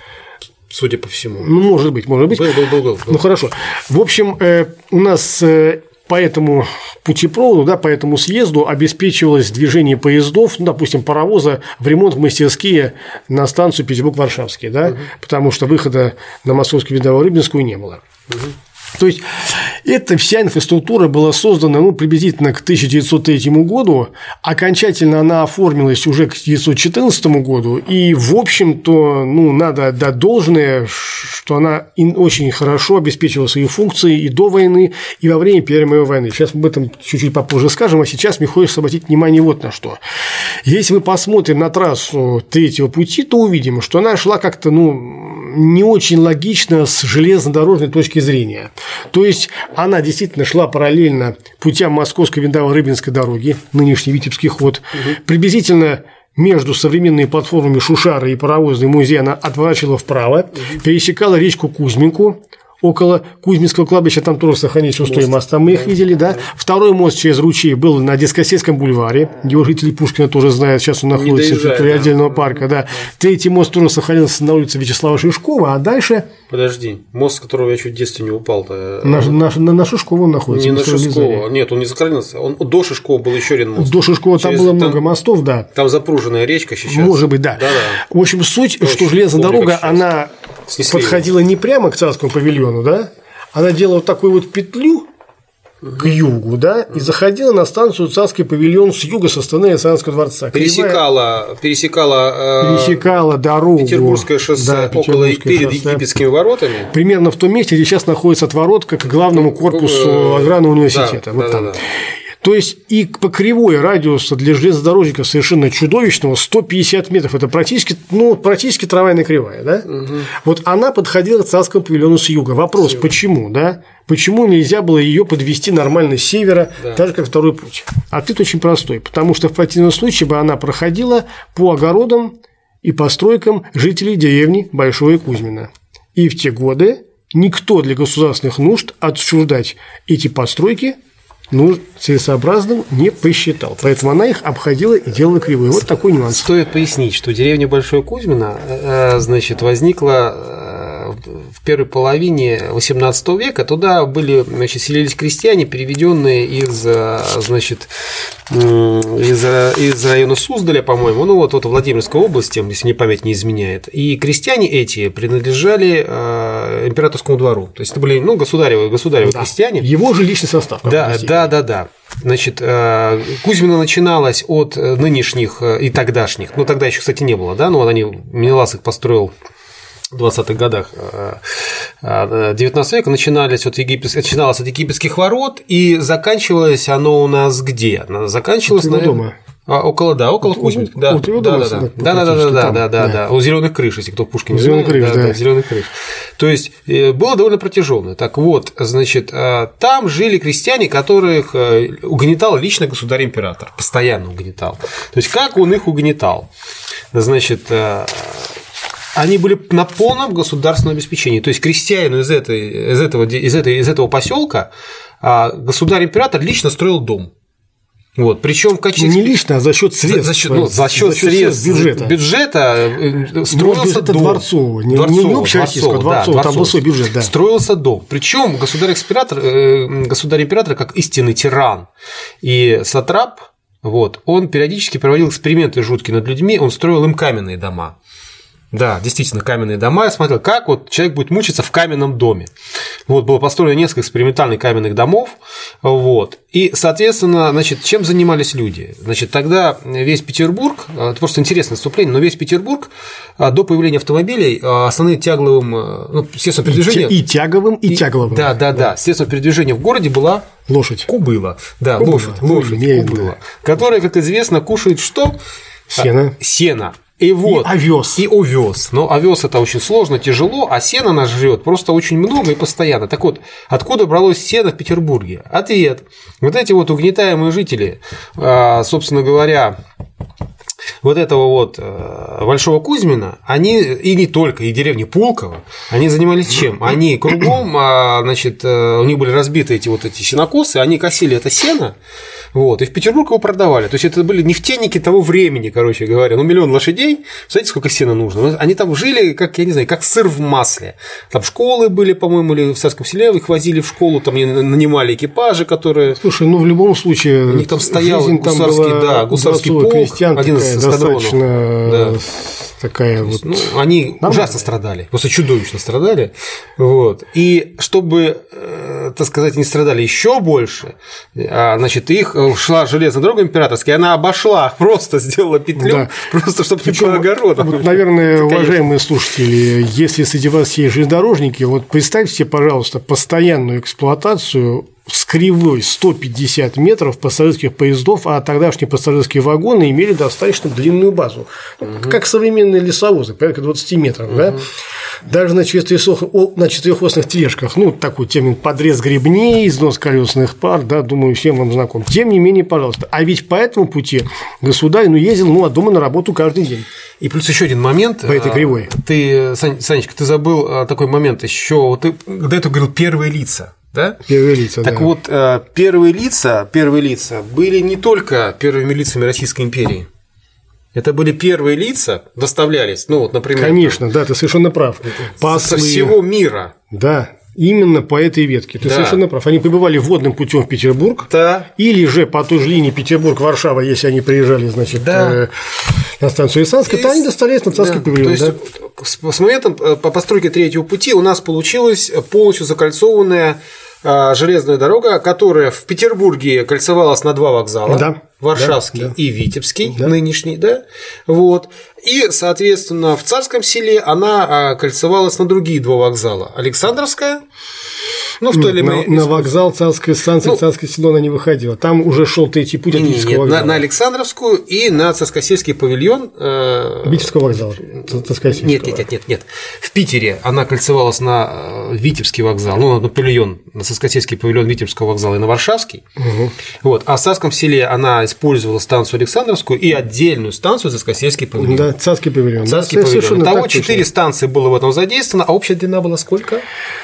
Судя по всему. Ну, может быть, может быть. Был, был, был, был. Ну, хорошо. В общем, э, у нас э, по этому путепроводу, да, по этому съезду обеспечивалось движение поездов, ну, допустим, паровоза в ремонт в мастерские на станцию Петербург-Варшавский, да, угу. потому что выхода на Московскую, Виндава-Рыбинскую не было. Угу. То есть, эта вся инфраструктура была создана ну, приблизительно к тысяча девятьсот третьему году, окончательно она оформилась уже к тысяча девятьсот четырнадцатому году, и, в общем-то, ну, надо отдать должное, что она очень хорошо обеспечивала свои функции и до войны, и во время Первой мировой войны. Сейчас мы об этом чуть-чуть попозже скажем, а сейчас мне хочется обратить внимание вот на что. Если мы посмотрим на трассу третьего пути, то увидим, что она шла как-то ну, не очень логично с железнодорожной точки зрения. То есть, она действительно шла параллельно путям Московской, Виндава-Рыбинской дороги, нынешний Витебский ход, угу. приблизительно между современными платформами Шушара и паровозный музей она отворачивала вправо, угу. пересекала речку Кузьминку, около Кузьминского кладбища, там тоже сохранились устои моста, мы их видели, да. Второй мост через ручей был на Дискосельском бульваре, его жители Пушкина тоже знают, сейчас он находится на территории да. отдельного парка, да. Третий мост тоже сохранился на улице Вячеслава Шишкова, а дальше… Подожди, мост, с которого я чуть в детстве не упал-то… На, на, на, на Шишкова он находится. Не на Шишкова, нет, он не сохранился, он, до Шишкова был еще один мост. До Шишкова там было там, много мостов, да. Там запруженная речка сейчас. Может быть, да. Да-да. В общем, суть, Очень что железная дорога, она снесли подходила его. Не прямо к Царскому павильону, да, она делала вот такую вот петлю к югу, да, и заходила на станцию Царский павильон с юга со стороны Александрского дворца. Пересекала, пересекала, э, пересекала дорогу. Петербургское шоссе да, около и перед шоссе. Египетскими воротами. Примерно в том месте, где сейчас находится отворотка к главному корпусу аграрного университета. Да, вот да, там. Да, да. То есть и по кривой радиуса для железнодорожника совершенно чудовищного сто пятьдесят метров. Это практически, ну, практически трамвайная кривая, да? Угу. Вот она подходила к Царскому павильону с юга. Вопрос, с почему, да? Почему нельзя было ее подвести нормально с севера, да. так же как второй путь? Ответ очень простой, потому что в противном случае бы она проходила по огородам и постройкам жителей деревни Большое Кузьмино. И в те годы никто для государственных нужд отчуждать эти постройки ну, целесообразным не посчитал. Поэтому она их обходила и делала кривые. Вот такой нюанс. Стоит пояснить, что деревня Большое Кузьмино, значит, возникла в первой половине восемнадцатого века. Туда были, значит, селились крестьяне, переведенные из, значит, из, из района Суздаля, по-моему, ну вот, вот в Владимирской области, если мне память не изменяет. И крестьяне эти принадлежали императорскому двору. То есть это были, ну, государевые, государевые да. крестьяне. Его же личный состав. Да, да, да, да. Значит, Кузьмино начиналось от нынешних и тогдашних, ну тогда еще, кстати, не было, да, но они, Менелас их построил в двадцатых годах девятнадцатого века, начинались от египетских, начиналось от египетских ворот, и заканчивалось оно у нас где? Заканчивалось, наверное, дома. А, около, да, около Кузьминска. Да, да, да, да, да, да, да, да, да, да, у зеленых крыш, если кто в Пушкине зеленых крыш, да, да, зеленых крыш. То есть было довольно протяженно. Так вот, значит, там жили крестьяне, которых угнетал лично государь-император, постоянно угнетал. То есть как он их угнетал? Значит, они были на полном государственном обеспечении. То есть крестьянину из, этой, из, этого, из, этой, из этого поселка государь-император лично строил дом. Вот, причем в качестве… Не лично, а за счет средств. За счет, ну, за счет, за счет средств бюджета. Бюджета строился дом. Дворцового, не, дворцового, не общероссийского, дворцового, да, там был свой бюджет, да. Строился дом. Причем государь-император, государь-император как истинный тиран и сатрап, вот, он периодически проводил эксперименты жуткие над людьми, он строил им каменные дома. Да, действительно, каменные дома. Я смотрел, как вот человек будет мучиться в каменном доме. Вот, было построено несколько экспериментальных каменных домов. Вот. И, соответственно, значит, чем занимались люди? Значит, тогда весь Петербург, это просто интересное вступление, но весь Петербург до появления автомобилей основным тягловым, ну, средством передвижения… И тяговым, и, и тягловым. Да, да, да. Средством передвижения в городе была… Лошадь. Кубыла. Да, кубыла. лошадь, лошадь, лошадь кубыла, которая, как известно, кушает что? Сено. Сено. И, вот, и овес. И овес. Но овес это очень сложно, тяжело, а сено нас жрет просто очень много и постоянно. Так вот, откуда бралось сено в Петербурге? Ответ. Вот эти вот угнетаемые жители, собственно говоря, вот этого вот Большого Кузьмина, они и не только, и деревни Пулково, они занимались чем? Они кругом, значит, у них были разбиты эти вот эти сенокосы, они косили это сено. Вот, и в Петербург его продавали. То есть это были нефтяники того времени, короче говоря. Ну, миллион лошадей, знаете, сколько сена нужно? Они там жили, как, я не знаю, как сыр в масле. Там школы были, по-моему, или в Царском селе их возили в школу, там нанимали экипажи, которые. Слушай, ну в любом случае. У них там стоял гусарский, там да, гусарский полк, один из эскадронов. Да. Такая есть, вот. Ну, они нормально. Ужасно страдали, просто чудовищно страдали. Вот. И чтобы, так сказать, не страдали еще больше, значит, их шла железная дорога императорская, она обошла, просто сделала петлю, да. Просто чтобы не по огородам. Вот, наверное, уважаемые слушатели, если среди вас есть железнодорожники, вот представьте себе, пожалуйста, постоянную эксплуатацию с кривой сто пятьдесят метров пассажирских поездов, а тогдашние пассажирские вагоны имели достаточно длинную базу, угу. как современные лесовозы, порядка двадцать метров. Угу. Да? Даже на четырехосных тележках, ну, такой термин подрез гребней, износ колесных пар, да, думаю, всем вам знаком. Тем не менее, пожалуйста, а ведь по этому пути государь ну, ездил ну, от дома на работу каждый день. И плюс еще один момент. По этой кривой. Ты, Сань, Санечка, ты забыл такой момент еще. Ты до этого говорил первые лица. Да? Первые лица, так да. вот, первые лица, первые лица были не только первыми лицами Российской империи. Это были первые лица, доставлялись, ну вот, например… Конечно, да, ты совершенно прав. Послы, со всего мира. Да, именно по этой ветке. Ты да. совершенно прав. Они прибывали водным путем в Петербург, да. или же по той же линии Петербург-Варшава, если они приезжали, значит, да. на станцию Исанская, то они доставлялись на Царский да. павильон. То есть, да? с моментом по постройке третьего пути у нас получилась полностью закольцованная железная дорога, которая в Петербурге кольцевалась на два вокзала, да, Варшавский да, да. и Витебский, да. нынешний, да, вот, и, соответственно, в Царском селе она кольцевалась на другие два вокзала, Александровская, ну, в той или на, на вокзал Царской станции, ну, Царское село она не выходила, там уже шел третий путь от не, Витебского нет, вокзала. На, на Александровскую и на Царскосельский павильон. Э... Витебского вокзала. Нет, нет, нет, нет, нет. В Питере она кольцевалась на Витебский вокзал, ну, на павильон, на Царскосельский павильон Витебского вокзала и на Варшавский. Угу. Вот. А в Царском селе она использовала станцию Александровскую и отдельную станцию Царскосельский павильон. Да, Царский павильон. Царский да, павильон. Итого четыре станции было в этом задействовано, а общая длина была сколько?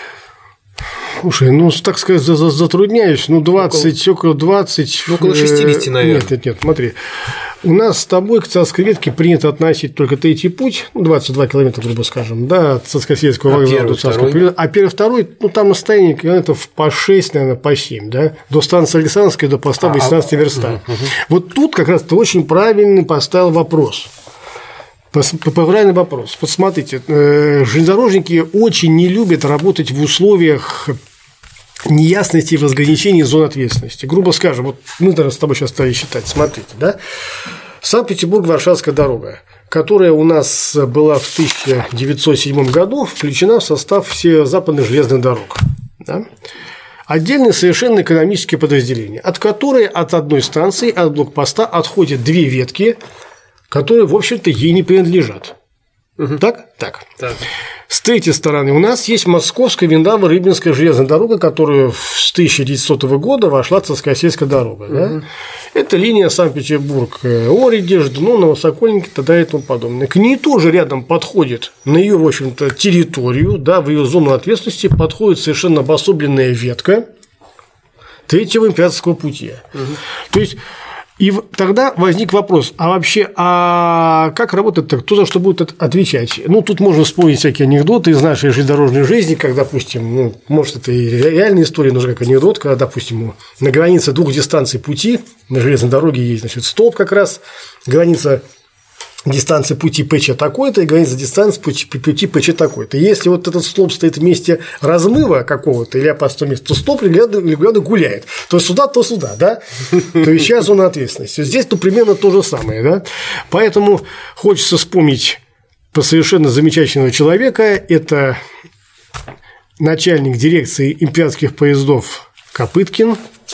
Слушай, ну, так сказать, затрудняюсь, ну, двадцать, около, около двадцать… Около шестидесяти, наверное. Нет, нет, нет, смотри. У нас с тобой к Царской ветке принято относить только третий путь, двадцать два километра, грубо скажем, да, от Царскосельского вокзала до Царского павильона, а первый, второй, ну, там расстояние километров по шесть, наверное, по семь, да, до станции Александровской, до поста восемнадцать верста. Угу, угу. Вот тут как раз ты очень правильный поставил вопрос. Правильный вопрос. Вот смотрите, железнодорожники очень не любят работать в условиях неясности и разграничения зон ответственности. Грубо скажем, вот мы с тобой сейчас стали считать, смотрите, да, Санкт-Петербург-Варшавская дорога, которая у нас была в тысяча девятьсот седьмом году включена в состав северо-западных железных дорог. Да? Отдельное совершенно экономическое подразделение, от которой от одной станции, от блокпоста отходят две ветки, которые, в общем-то, ей не принадлежат. Угу. Так? Так. Так. С третьей стороны, у нас есть Московская Виндава-Рыбинская железная дорога, которая с тысяча девятисотого года вошла Царскосельская дорога. Угу. Да? Это линия Санкт-Петербург-Оридеж, ну, Новосокольники и так далее и тому подобное. К ней тоже рядом подходит, на ее, в общем-то, территорию, да, в ее зону ответственности подходит совершенно обособленная ветка третьего императорского пути. Угу. То есть, и тогда возник вопрос, а вообще, а как работает-то, кто за что будет отвечать? Ну, тут можно вспомнить всякие анекдоты из нашей железнодорожной жизни, как, допустим, ну, может, это и реальная история, но уже как анекдот, когда, допустим, на границе двух дистанций пути на железной дороге есть, значит, столб как раз, граница дистанция пути ПЧ такой-то и граница дистанции пути, пути ПЧ такой-то. Если вот этот столб стоит в месте размыва какого-то или опасного места, то столб регулярно гуляет. То сюда, то сюда, да? То есть сейчас зона ответственности. Здесь то примерно то же самое, да? Поэтому хочется вспомнить про совершенно замечательного человека. Это начальник дирекции императорских поездов Копыткин.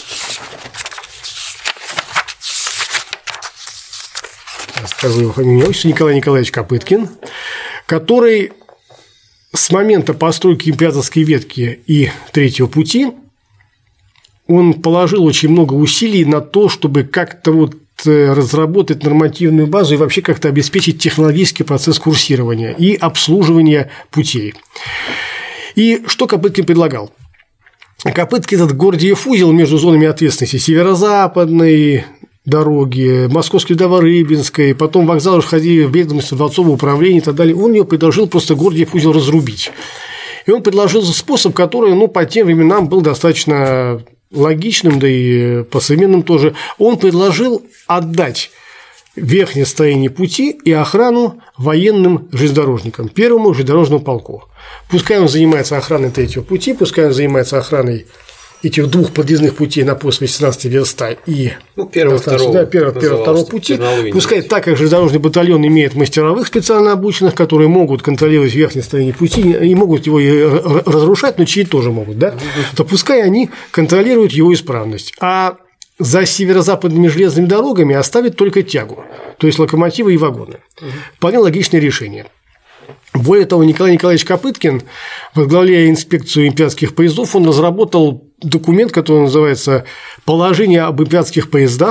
Скажу его фамилию, Николай Николаевич Копыткин, который с момента постройки императорской ветки и третьего пути он положил очень много усилий на то, чтобы как-то вот разработать нормативную базу и вообще как-то обеспечить технологический процесс курсирования и обслуживания путей. И что Копыткин предлагал? Копыткин – этот Гордиев узел между зонами ответственности северо-западной дороги, Московской Виндава-Рыбинской, потом вокзалы уже ходили в ведомство дворцового управления и так далее. Он ее предложил просто Гордиев узел разрубить. И он предложил способ, который, ну, по тем временам был достаточно логичным, да и по современным тоже. Он предложил отдать верхнее строение пути и охрану военным железнодорожникам, первому железнодорожному полку. Пускай он занимается охраной третьего пути, пускай он занимается охраной этих двух подъездных путей на пост восемнадцать верста и ну, первого, второго, да, первого, первого, второго пути, пускай так как железнодорожный батальон имеет мастеровых специально обученных, которые могут контролировать верхнее строение пути и могут его разрушать, но чьи тоже могут, да, то пускай они контролируют его исправность. А за северо-западными железными дорогами оставят только тягу, то есть локомотивы и вагоны. Вполне логичное решение. Более того, Николай Николаевич Копыткин, возглавляя инспекцию императорских поездов, он разработал документ, который называется «Положение об императорских поездах»,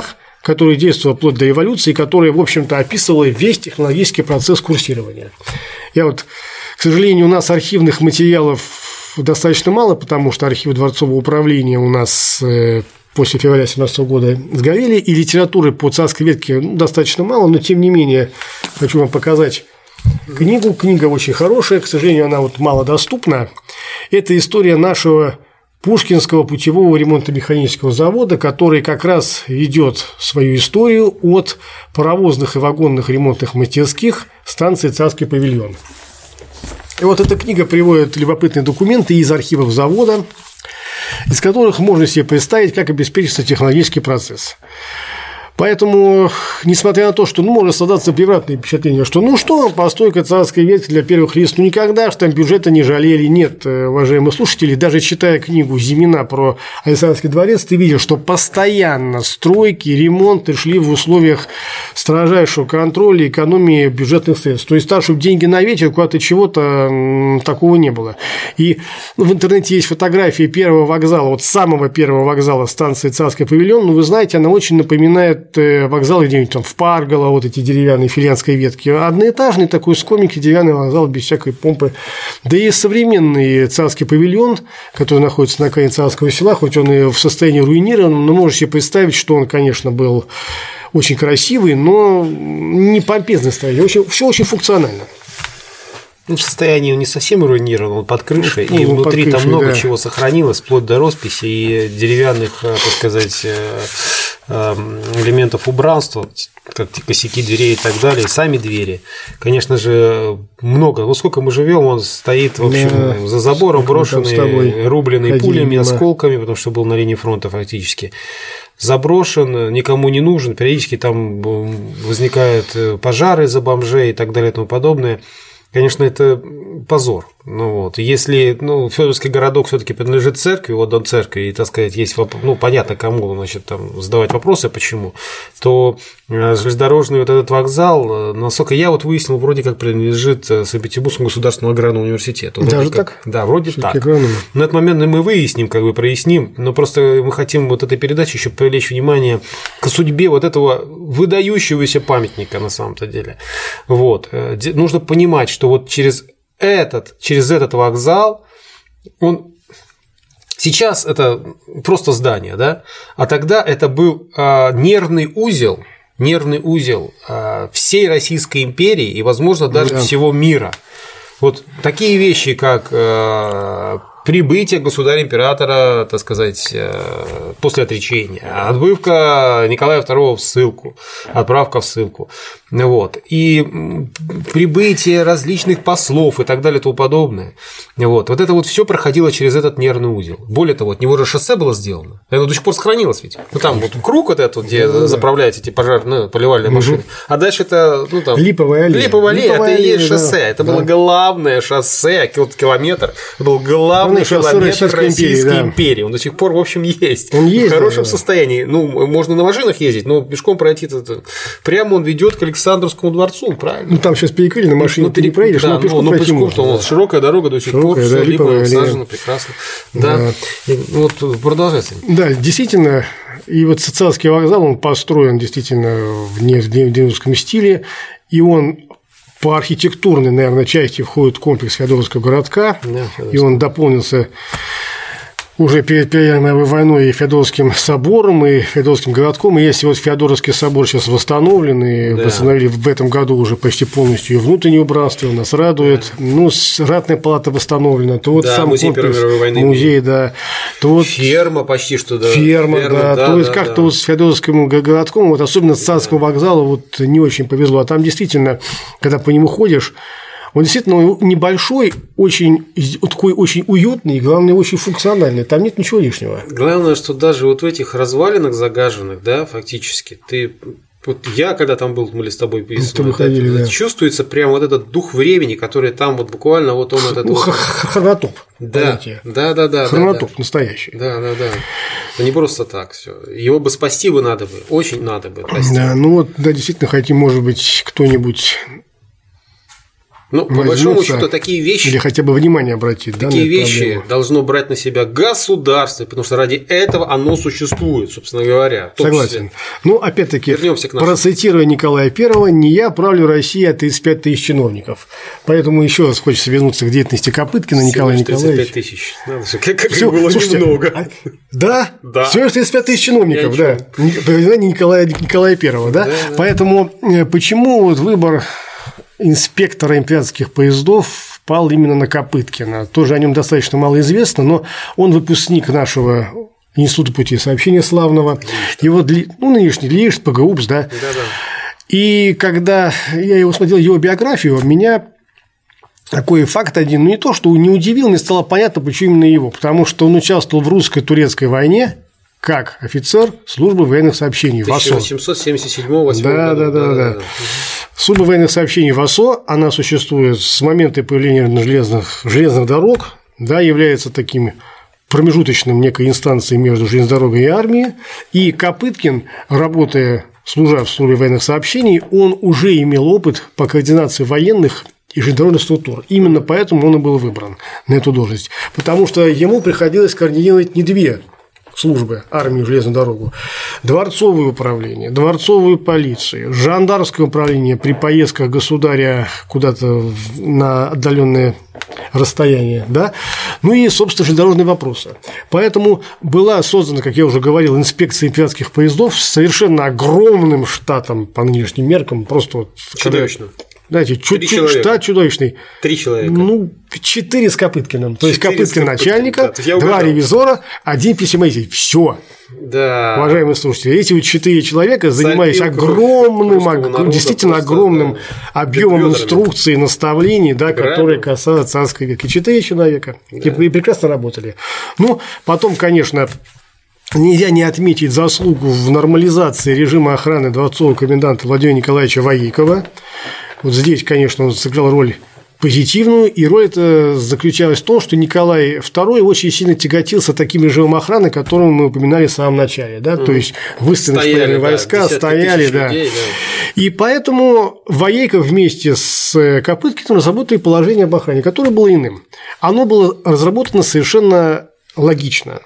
которая действовала вплоть до эволюции, которая, в общем-то, описывала весь технологический процесс курсирования. Я вот, к сожалению, у нас архивных материалов достаточно мало, потому что архивы дворцового управления у нас после февраля семнадцатого года сгорели, и литературы по царской ветке ну, достаточно мало, но тем не менее хочу вам показать книгу. Книга очень хорошая, к сожалению, она вот малодоступна. Это история нашего Пушкинского путевого ремонтно-механического завода, который как раз ведет свою историю от паровозных и вагонных ремонтных мастерских станции «Царский павильон». И вот эта книга приводит любопытные документы из архивов завода, из которых можно себе представить, как обеспечится технологический процесс. Поэтому, несмотря на то, что ну, можно создаться превратное впечатление, что ну что, постройка царской ветки для первых лиц, ну никогда же там бюджета не жалели. Нет, уважаемые слушатели, даже читая книгу Зимина про Александрский дворец, ты видишь, что постоянно стройки, ремонты шли в условиях строжайшего контроля, экономии бюджетных средств. То есть так, чтобы деньги на ветер, куда-то чего-то такого не было. И в интернете есть фотографии первого вокзала, вот самого первого вокзала станции «Царский павильон». Ну, вы знаете, она очень напоминает вокзал где-нибудь там в Парголо, вот эти деревянные филианской ветки. Одноэтажный такой скомик, деревянный вокзал без всякой помпы. Да и современный царский павильон, который находится на окраине Царского села, хоть он и в состоянии руинирован, но можешь себе представить, что он, конечно, был очень красивый, но не помпезный строение, очень, все очень функционально. Ну, в состоянии он не совсем руинирован, он под крышей, ну, и внутри крышей, там много да. чего сохранилось, вплоть до росписи и деревянных, так сказать, элементов убранства, как косяки дверей и так далее, и сами двери. Конечно же, много. Вот сколько мы живем, он стоит, в общем, да, за забором, брошенный, рубленный пулями, мимо. Осколками, потому что был на линии фронта фактически. Заброшен, никому не нужен, периодически там возникают пожары из-за бомжей и так далее и тому подобное. Конечно, это позор. Ну, вот. Если ну, Федоровский городок все-таки принадлежит церкви, вот дом церкви, и, так сказать, есть ну, понятно, кому значит, там, задавать вопросы, почему, то железнодорожный вот этот вокзал, насколько я вот выяснил, вроде как принадлежит Санкт-Петербургскому государственному аграрному университету. Даже как, так? Да, вроде Все так. агрономы. На этот момент мы выясним, как бы проясним, но просто мы хотим вот этой передачей еще привлечь внимание к судьбе вот этого выдающегося памятника на самом-то деле. Вот. Нужно понимать, что вот через этот, через этот вокзал, он сейчас это просто здание, да, а тогда это был а, нервный узел, нервный узел а, всей Российской империи и, возможно, даже да. всего мира. Вот такие вещи, как а, прибытие государя-императора, так сказать, после отречения, отбывка Николая второго в ссылку, отправка в ссылку, вот, и прибытие различных послов и так далее и тому подобное. Вот, вот это вот все проходило через этот нервный узел. Более того, от него же шоссе было сделано. Это до сих пор сохранилось ведь. Ну, там вот круг вот этот, где да, заправляете эти пожарные, поливальные угу. машины. А дальше это, ну, там… Липовая аллея. Липовая аллея, это и есть шоссе. Да. Это да. было главное шоссе, километр. Это был главный километр Российской, Российской империи, империи. Да. Он до сих пор, в общем, есть. Он есть. В хорошем да, состоянии. Ну, можно на машинах ездить, но пешком пройти -то... прямо он ведет к Александровскому дворцу, правильно? Ну, там сейчас перекрыли, на машине ну, ты не проедешь, да, но пешком, но пройти пешком можно. Да. Широкая дорога до сих пор, да, все липовое, насажено, прекрасно. Да. да. И, вот продолжайте. Да, действительно. И вот Царский вокзал, он построен действительно в древнерусском стиле, и он по архитектурной, наверное, части входит в комплекс Феодоровского городка, да, и он дополнился уже перед Первой мировой войной и Феодоровским собором, и Феодоровским городком. И если вот Феодоровский собор сейчас восстановлен, и да. восстановили в этом году уже почти полностью и внутреннее убранство, нас радует. Да. Ну, ратная палата восстановлена, то вот да, сам музей комплекс, Первой мировой войны. Музей, да. То вот ферма почти что, да. Ферма, ферма да. да. То есть да, как-то да. вот с Феодоровским городком, вот особенно с Царского да. вокзала, вот не очень повезло. А там действительно, когда по нему ходишь, он действительно небольшой, очень, такой очень уютный и, главное, очень функциональный. Там нет ничего лишнего. Главное, что даже вот в этих развалинах загаженных, да, фактически, ты… Вот я, когда там был, мы с тобой пересмотрели, ходили, да. чувствуется прямо вот этот дух времени, который там вот буквально вот он этот… Ну, хронотоп. Да, да, да, да. Хронотоп да, настоящий. Да, да, да. Это не просто так все. Его бы спасти бы надо бы, очень надо бы спасти. Да, ну вот, да, действительно, хотим, может быть, кто-нибудь… Ну, по большому счету, такие вещи… Или хотя бы внимание обратить. Такие да, вещи проблему. Должно брать на себя государство, потому что ради этого оно существует, собственно говоря. Согласен. Ну, опять-таки, процитируя Николая Первого, не я правлю Россией, а тридцать пять тысяч чиновников. Поэтому еще раз хочется вернуться к деятельности Копыткина Николая Николаевича. тридцать пять тысяч. Надо же, как, как же было слушайте, немного. А, да? Да. Всего лишь тридцать пять тысяч чиновников, да. Произведение Николая, Николая Первого, да? Да, да. Поэтому почему вот выбор инспектора императорских поездов пал именно на Копыткина? Тоже о нем достаточно мало известно, но он выпускник нашего Института путей сообщения славного. Его, ну, нынешний ЛИШТ, ПГУПС, да? Да, да. И когда я его смотрел, его биографию, меня такой факт один, ну не то, что не удивил, мне стало понятно, почему именно его. Потому что он участвовал в русско-турецкой войне как офицер службы военных сообщений ВАСО. тысяча восемьсот семьдесят седьмого восьмого да, года. Да, да, да, да. Служба военных сообщений ВАСО, она существует с момента появления железных, железных дорог, да, является таким промежуточным некой инстанцией между железной дорогой и армией. И Копыткин, работая, служа в службе военных сообщений, он уже имел опыт по координации военных и железнодорожных структур. Именно поэтому он и был выбран на эту должность. Потому что ему приходилось координировать не две службы, армию, железную дорогу, дворцовое управление, дворцовую полицию, жандармское управление при поездках государя куда-то на отдаленное расстояние, да, ну и, собственно, железнодорожные вопросы. Поэтому была создана, как я уже говорил, инспекция императорских поездов с совершенно огромным штатом по нынешним меркам, просто вот… Чудовищно. Знаете, чуть-чуть штат чудовищный. Три человека. Ну, четыре с Копыткиным. То есть Копыткин начальника, да, два ревизора, один письмоводитель. Все. Да. Уважаемые слушатели, эти вот четыре человека занимались огромным, ог... действительно огромным да, объемом инструкций, наставлений, да, которые касаются царской века. Четыре человека. Да. И прекрасно работали. Ну, потом, конечно. Нельзя не отметить заслугу в нормализации режима охраны дворцового коменданта Владимира Николаевича Воейкова. Вот здесь, конечно, он сыграл роль позитивную, и роль эта заключалась в том, что Николай второй очень сильно тяготился таким режимом охраны, которым мы упоминали в самом начале, да, mm. то есть выставлены стояли войска, да, стояли, да. Людей, да. И поэтому Воейков вместе с Копыткиным разработали положение об охране, которое было иным. Оно было разработано совершенно логично.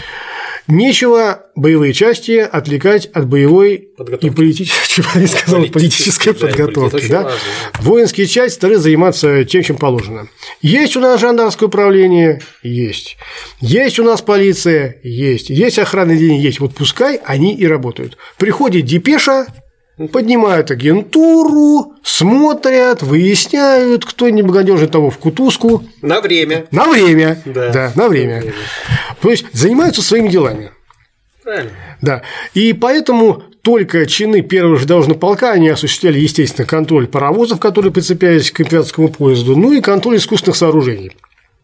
Нечего боевые части отвлекать от боевой подготовки. И политической, сказал, политической подготовки. Да, да? Воинские части должны заниматься тем, чем положено. Есть у нас жандармское управление? Есть. Есть у нас полиция? Есть. Есть охранное отделение? Есть. Вот пускай они и работают. Приходит депеша, поднимают агентуру, смотрят, выясняют, кто не благонадежный того в кутузку. На время. На время. Да, да на время. время. То есть занимаются своими делами. Правильно. Да. И поэтому только чины первого железнодорожного полка, они осуществляли, естественно, контроль паровозов, которые прицеплялись к императорскому поезду, ну и контроль искусственных сооружений.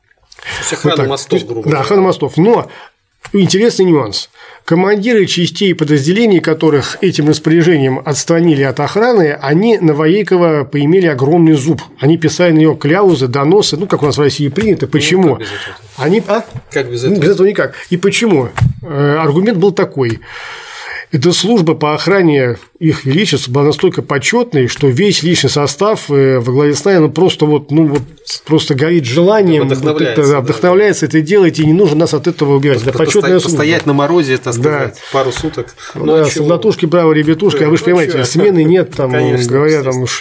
Охрана вот мостов, грубо говоря. Да, охрана мостов. Но интересный нюанс. Командиры частей и подразделений, которых этим распоряжением отстранили от охраны, они на Воейкова поимели огромный зуб. Они писали на него кляузы, доносы, ну, как у нас в России принято. Почему? Ну, как без этого? Они... А? Как без этого? Без этого никак. И почему? Аргумент был такой. Эта служба по охране их величества была настолько почетной, что весь личный состав во главе с нами ну, просто вот, ну вот просто горит желанием, вдохновляется, вот это, да, вдохновляется да. это делать, и не нужно нас от этого убирать. Это почетная служба. Постоять на морозе, так сказать, да. пару суток. Ну, да, солдатушки, браво, ребятушки, да, а вы же ну, понимаете, что? Смены нет, там, конечно, говоря там уж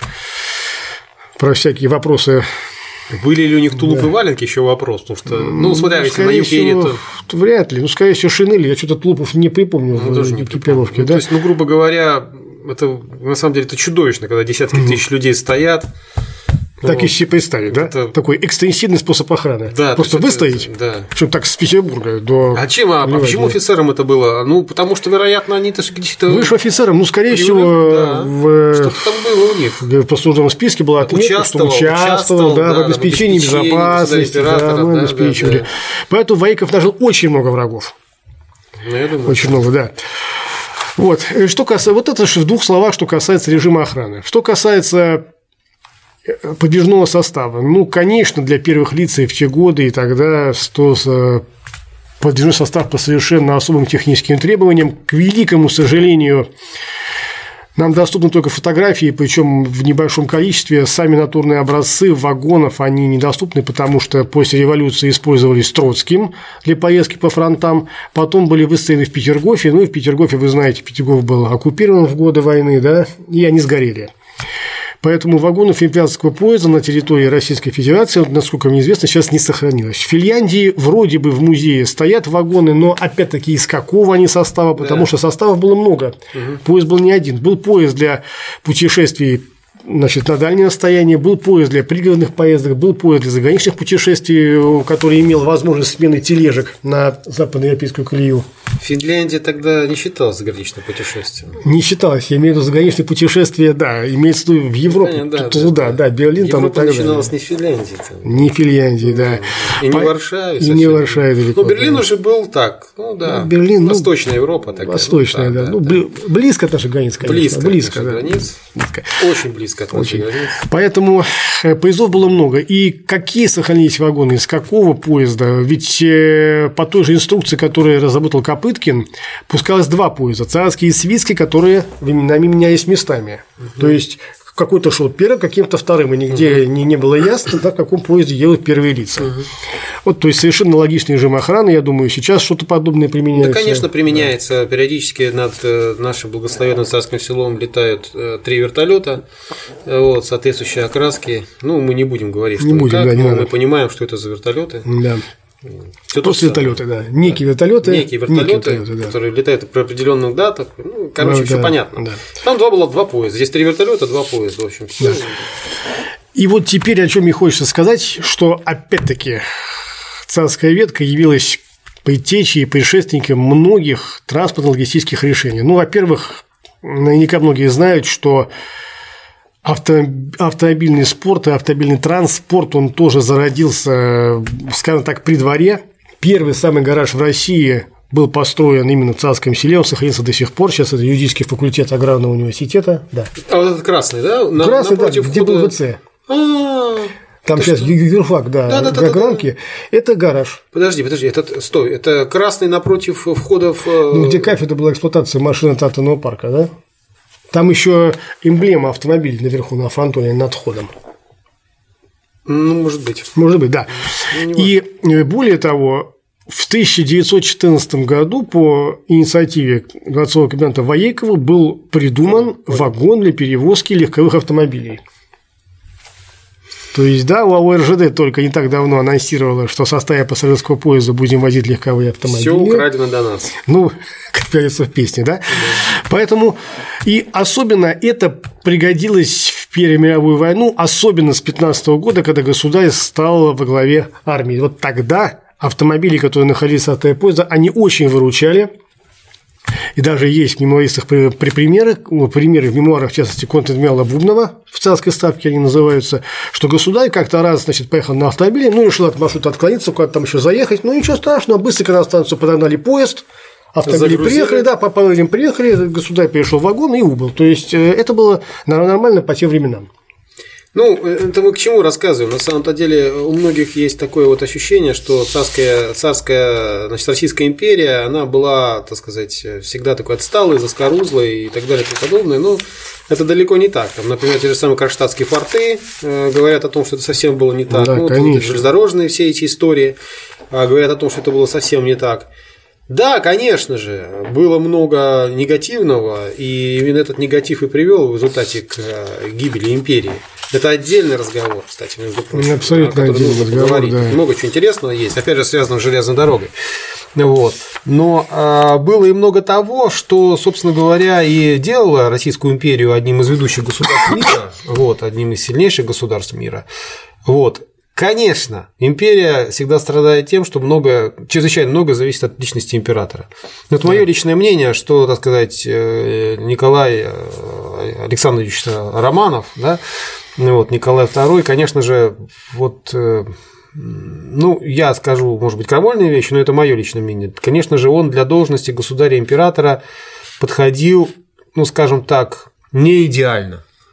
про всякие вопросы. Были ли у них тулупы и да. валенки, еще вопрос, потому что, ну, смотря, если на империи, то… Вряд ли, ну, скорее всего, шинели, я что-то тулупов не припомню ну, в экипировке, ну, да? То есть, ну, грубо говоря, это, на самом деле, это чудовищно, когда десятки mm-hmm. тысяч людей стоят. Так и себе представить, да? Это... Такой экстенсивный способ охраны. Да, просто выстоять, да. Причем так с Петербурга до… А чем, а почему офицерам это было? Ну, потому что, вероятно, они-то где-то… Выше офицерам, ну, скорее всего, да. в… что-то там было у них. В послужном списке была отметка, что участвовал, да, да, в обеспечении безопасности, да, мы обеспечивали. Да, да. Поэтому Воейков нажил очень много врагов. Ну, я думаю. Очень много, да. Вот. Что касается… Вот это же в двух словах, что касается режима охраны. Что касается… подвижного состава. Ну, конечно, для первых лиц и в те годы, и тогда что подвижной состав по совершенно особым техническим требованиям, к великому сожалению, Нам доступны только фотографии, причем в небольшом количестве. Сами натурные образцы вагонов, они недоступны, потому что после революции использовались Троцким для поездки по фронтам. Потом были выставлены в Петергофе. Ну и в Петергофе, вы знаете, Петергоф был оккупирован в годы войны, да, и они сгорели. Поэтому вагонов императорского поезда на территории Российской Федерации, насколько мне известно, сейчас не сохранилось. В Финляндии вроде бы в музее стоят вагоны, но опять-таки из какого они состава, потому да. что составов было много. Угу. Поезд был не один. Был поезд для путешествий, значит, на дальнее расстояние, был поезд для пригородных поездок, был поезд для заграничных путешествий, который имел возможность смены тележек на западноевропейскую колею. Финляндия тогда не считалась заграничным путешествием. Не считалась, я имею в виду заграничные путешествия, да, имеется в виду в Европу, да, туда, да, да, Берлин Европа там и так далее. начиналась не в Финляндии. Там. Не в Финляндии, да. И не в Варшаве. И не в Варшаве далеко. Ну, Берлин да. уже был так, ну да, ну, Берлин, Восточная ну, Европа тогда. Восточная, да, да, ну, да. близко от наших границ, конечно. Близко, близко от да. границ, близко. Очень близко от наших границ. Поэтому поездов было много. И какие сохранились вагоны, из какого поезда? Ведь по той же инструкции, которую разработал Копыткин, пускалось два поезда, царские и свитские, которые временами менялись местами. Угу. То есть какой-то шел первым, каким-то вторым, и нигде угу. не, не было ясно, да, в каком поезде едут первые лица. Угу. Вот, то есть совершенно логичный режим охраны, я думаю, сейчас что-то подобное применяется. Да, конечно, применяется. Да. Периодически над нашим благословенным Царским Селом летают три вертолета, вот, соответствующие окраски. Ну, мы не будем говорить, что не будем, как, да, не но надо. мы понимаем, что это за вертолеты. Да. Просто вертолеты, да. Некие вертолеты. Некие вертолеты, вертолеты да. которые летают при определенных датах. Ну, короче, да, все да, понятно. Да. Там два было два поезда. Здесь три вертолета, два поезда. В общем, все. Да. И вот теперь о чем мне хочется сказать, что опять-таки царская ветка явилась предтечей и предшественником многих транспортно-логистических решений. Ну, во-первых, наверняка многие знают, что автомобильный спорт и автомобильный транспорт, он тоже зародился, скажем так, при дворе. Первый самый гараж в России был построен именно в Царском Селе, он сохранился до сих пор. Сейчас это юридический факультет аграрного университета. Да. А вот этот красный, да? На, красный, да, где был ВЦ. А-а-а. Там сейчас юрфак, да, да, да, да, гранки. Да, да. Это гараж. Подожди, подожди, это, стой, это красный напротив входов. Ну, где кафедра была эксплуатации машины Татарного парка, да? Там еще эмблема автомобиля наверху на фронтоне над входом. Ну, может быть. Может быть, да. Ну, и более того, в тысяча девятьсот четырнадцатом году по инициативе городского коменданта Воейкова был придуман вагон для перевозки легковых автомобилей. То есть, да, УАО РЖД только не так давно анонсировала, что в составе пассажирского поезда будем возить легковые автомобили. Все украдено до нас. Ну, как говорится в песне, да? Да. Поэтому и особенно это пригодилось в Первую мировую войну, особенно с пятнадцатого года, когда государь стал во главе армии. Вот тогда автомобили, которые находились в составе поезда, они очень выручали. И даже есть в мемуаристах примеры, примеры в мемуарах, в частности, контр-адмирала Бубнова, в царской ставке они называются, что государь как-то раз, значит, поехал на автомобиле, ну, решил от маршрута отклониться, куда-то там еще заехать, ну, ничего страшного, быстренько на станцию подогнали поезд, автомобили Загрузили. приехали, да, по паролям приехали, государь перешел в вагон и убыл. То есть, это было нормально по тем временам. Ну, это мы к чему рассказываем? На самом-то деле у многих есть такое вот ощущение, что царская, царская, значит, Российская империя, она была, так сказать, всегда такой отсталой, заскорузлой и так далее и тому подобное. Но это далеко не так. Там, например, те же самые кронштадтские форты э, говорят о том, что это совсем было не так. Да, ну, вот, железнодорожные все эти истории э, говорят о том, что это было совсем не так. Да, конечно же, было много негативного, и именно этот негатив и привел в результате к гибели империи. Это отдельный разговор, кстати, между прочим. Абсолютно отдельный разговор, да. Много чего интересного есть, опять же, связанного с железной дорогой. Вот. Но а, было и много того, что, собственно говоря, и делало Российскую империю одним из ведущих государств мира, вот, одним из сильнейших государств мира. Вот. Конечно, империя всегда страдает тем, что много, чрезвычайно много зависит от личности императора. Вот мое личное мнение, что, так сказать, Николай Александрович Романов, да, вот, Николай второй, конечно же, вот, ну, я скажу, может быть, крамольные вещи, но это мое личное мнение. Конечно же, он для должности государя-императора подходил, ну, скажем так, не идеально.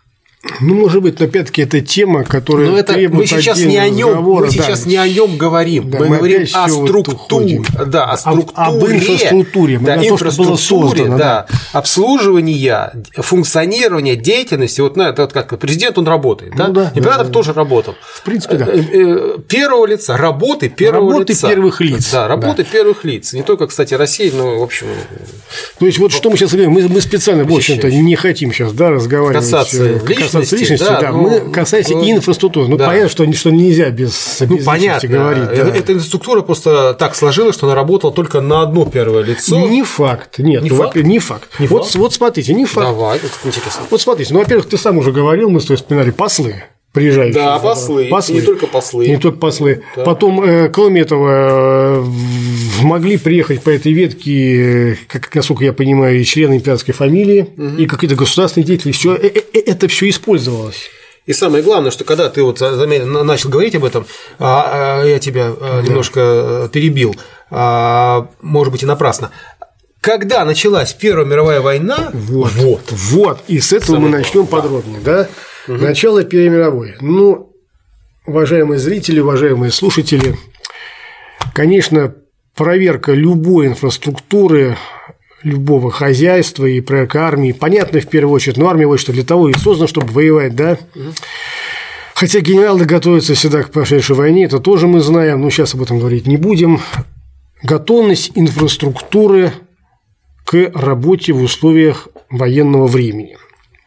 Ну, может быть, но опять-таки это тема, которая но это мы сейчас не о нем, мы сейчас да. не о нем говорим, да, мы, мы говорим о структуре, вот да, о структуре, об инфраструктуре, да, то, инфраструктуре, создано, да, да, обслуживания, функционирования, деятельности. Вот, ну, это вот как президент он работает, ну, да? да, император да, тоже да. работал. В принципе, да. Первого лица, работы первого работы лица, первых лиц, да, работы да. первых лиц, не только, кстати, России, но в общем. То есть вот что мы сейчас говорим, мы, мы специально, в общем-то, не хотим сейчас, да, разговаривать. Касаться личности, касаться личности да, да. Ну, мы касаемся ну, инфраструктуры. Ну, да. понятно, что, что нельзя без, без ну, понятно. говорить. Да. Эта инфраструктура просто так сложилась, что она работала только на одно первое лицо. Не факт. Нет, не ну, факт. Не факт. Не вот, факт. Вот смотрите, не факт. Давай, это интересно. Вот смотрите, ну, во-первых, ты сам уже говорил, мы с тобой вспоминали послы. Приезжающие. Да, послы. послы. Не только послы. Не только послы. Да. Потом, э, кроме этого, э, могли приехать по этой ветке, как, насколько я понимаю, и члены императорской фамилии, угу. и какие-то государственные деятели. Всё, э, э, это все использовалось. И самое главное, что когда ты вот начал говорить об этом, я тебя да. немножко перебил, может быть, и напрасно. Когда началась Первая мировая война, вот, вот, вот. И с этого самое мы начнем подробнее, да? Угу. Начало Первой мировой. Ну, уважаемые зрители, уважаемые слушатели, конечно, проверка любой инфраструктуры, любого хозяйства и проверка армии, понятно, в первую очередь, но армия, вот что для того и создана, чтобы воевать, да? Угу. Хотя генералы готовятся всегда к прошедшей войне, это тоже мы знаем, но сейчас об этом говорить не будем. Готовность инфраструктуры к работе в условиях военного времени.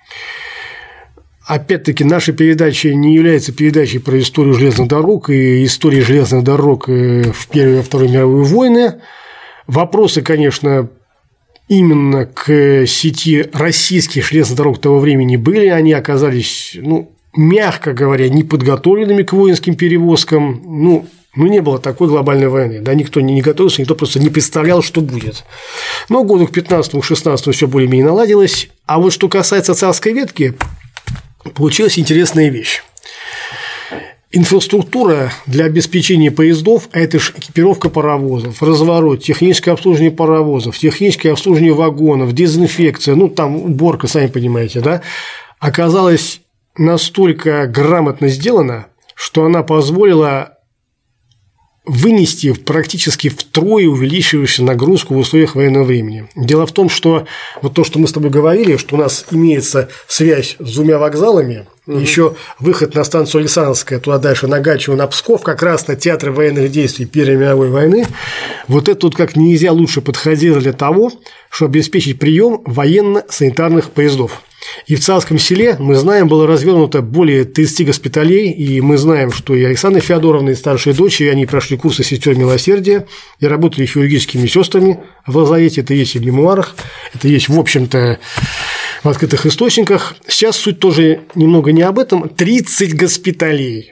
Опять-таки, наша передача не является передачей про историю железных дорог и истории железных дорог в Первую и Вторую мировую войны. Вопросы, конечно, именно к сети российских железных дорог того времени были. Они оказались, ну, мягко говоря, неподготовленными к воинским перевозкам. Ну, ну, не было такой глобальной войны. Да, никто не готовился, никто просто не представлял, что будет. Но году к пятнадцатому-шестнадцатому все более-менее наладилось. А вот что касается царской ветки, получилась интересная вещь. Инфраструктура для обеспечения поездов – это же экипировка паровозов, разворот, техническое обслуживание паровозов, техническое обслуживание вагонов, дезинфекция, ну, там уборка, сами понимаете, да, оказалась настолько грамотно сделана, что она позволила вынести практически втрое увеличивающуюся нагрузку в условиях военного времени. Дело в том, что вот то, что мы с тобой говорили, что у нас имеется связь с двумя вокзалами, угу. еще выход на станцию Александровская, туда дальше на Гатчину, на Псков, как раз на театр военных действий Первой мировой войны, вот это вот как нельзя лучше подходило для того, чтобы обеспечить прием военно-санитарных поездов. И в Царском Селе, мы знаем, было развернуто более тридцати госпиталей, и мы знаем, что и Александра Феодоровна, и старшие дочери, они прошли курсы сестер милосердия и работали хирургическими сестрами в лазарете, это есть и в мемуарах, это есть, в общем-то, в открытых источниках. Сейчас суть тоже немного не об этом. тридцать госпиталей,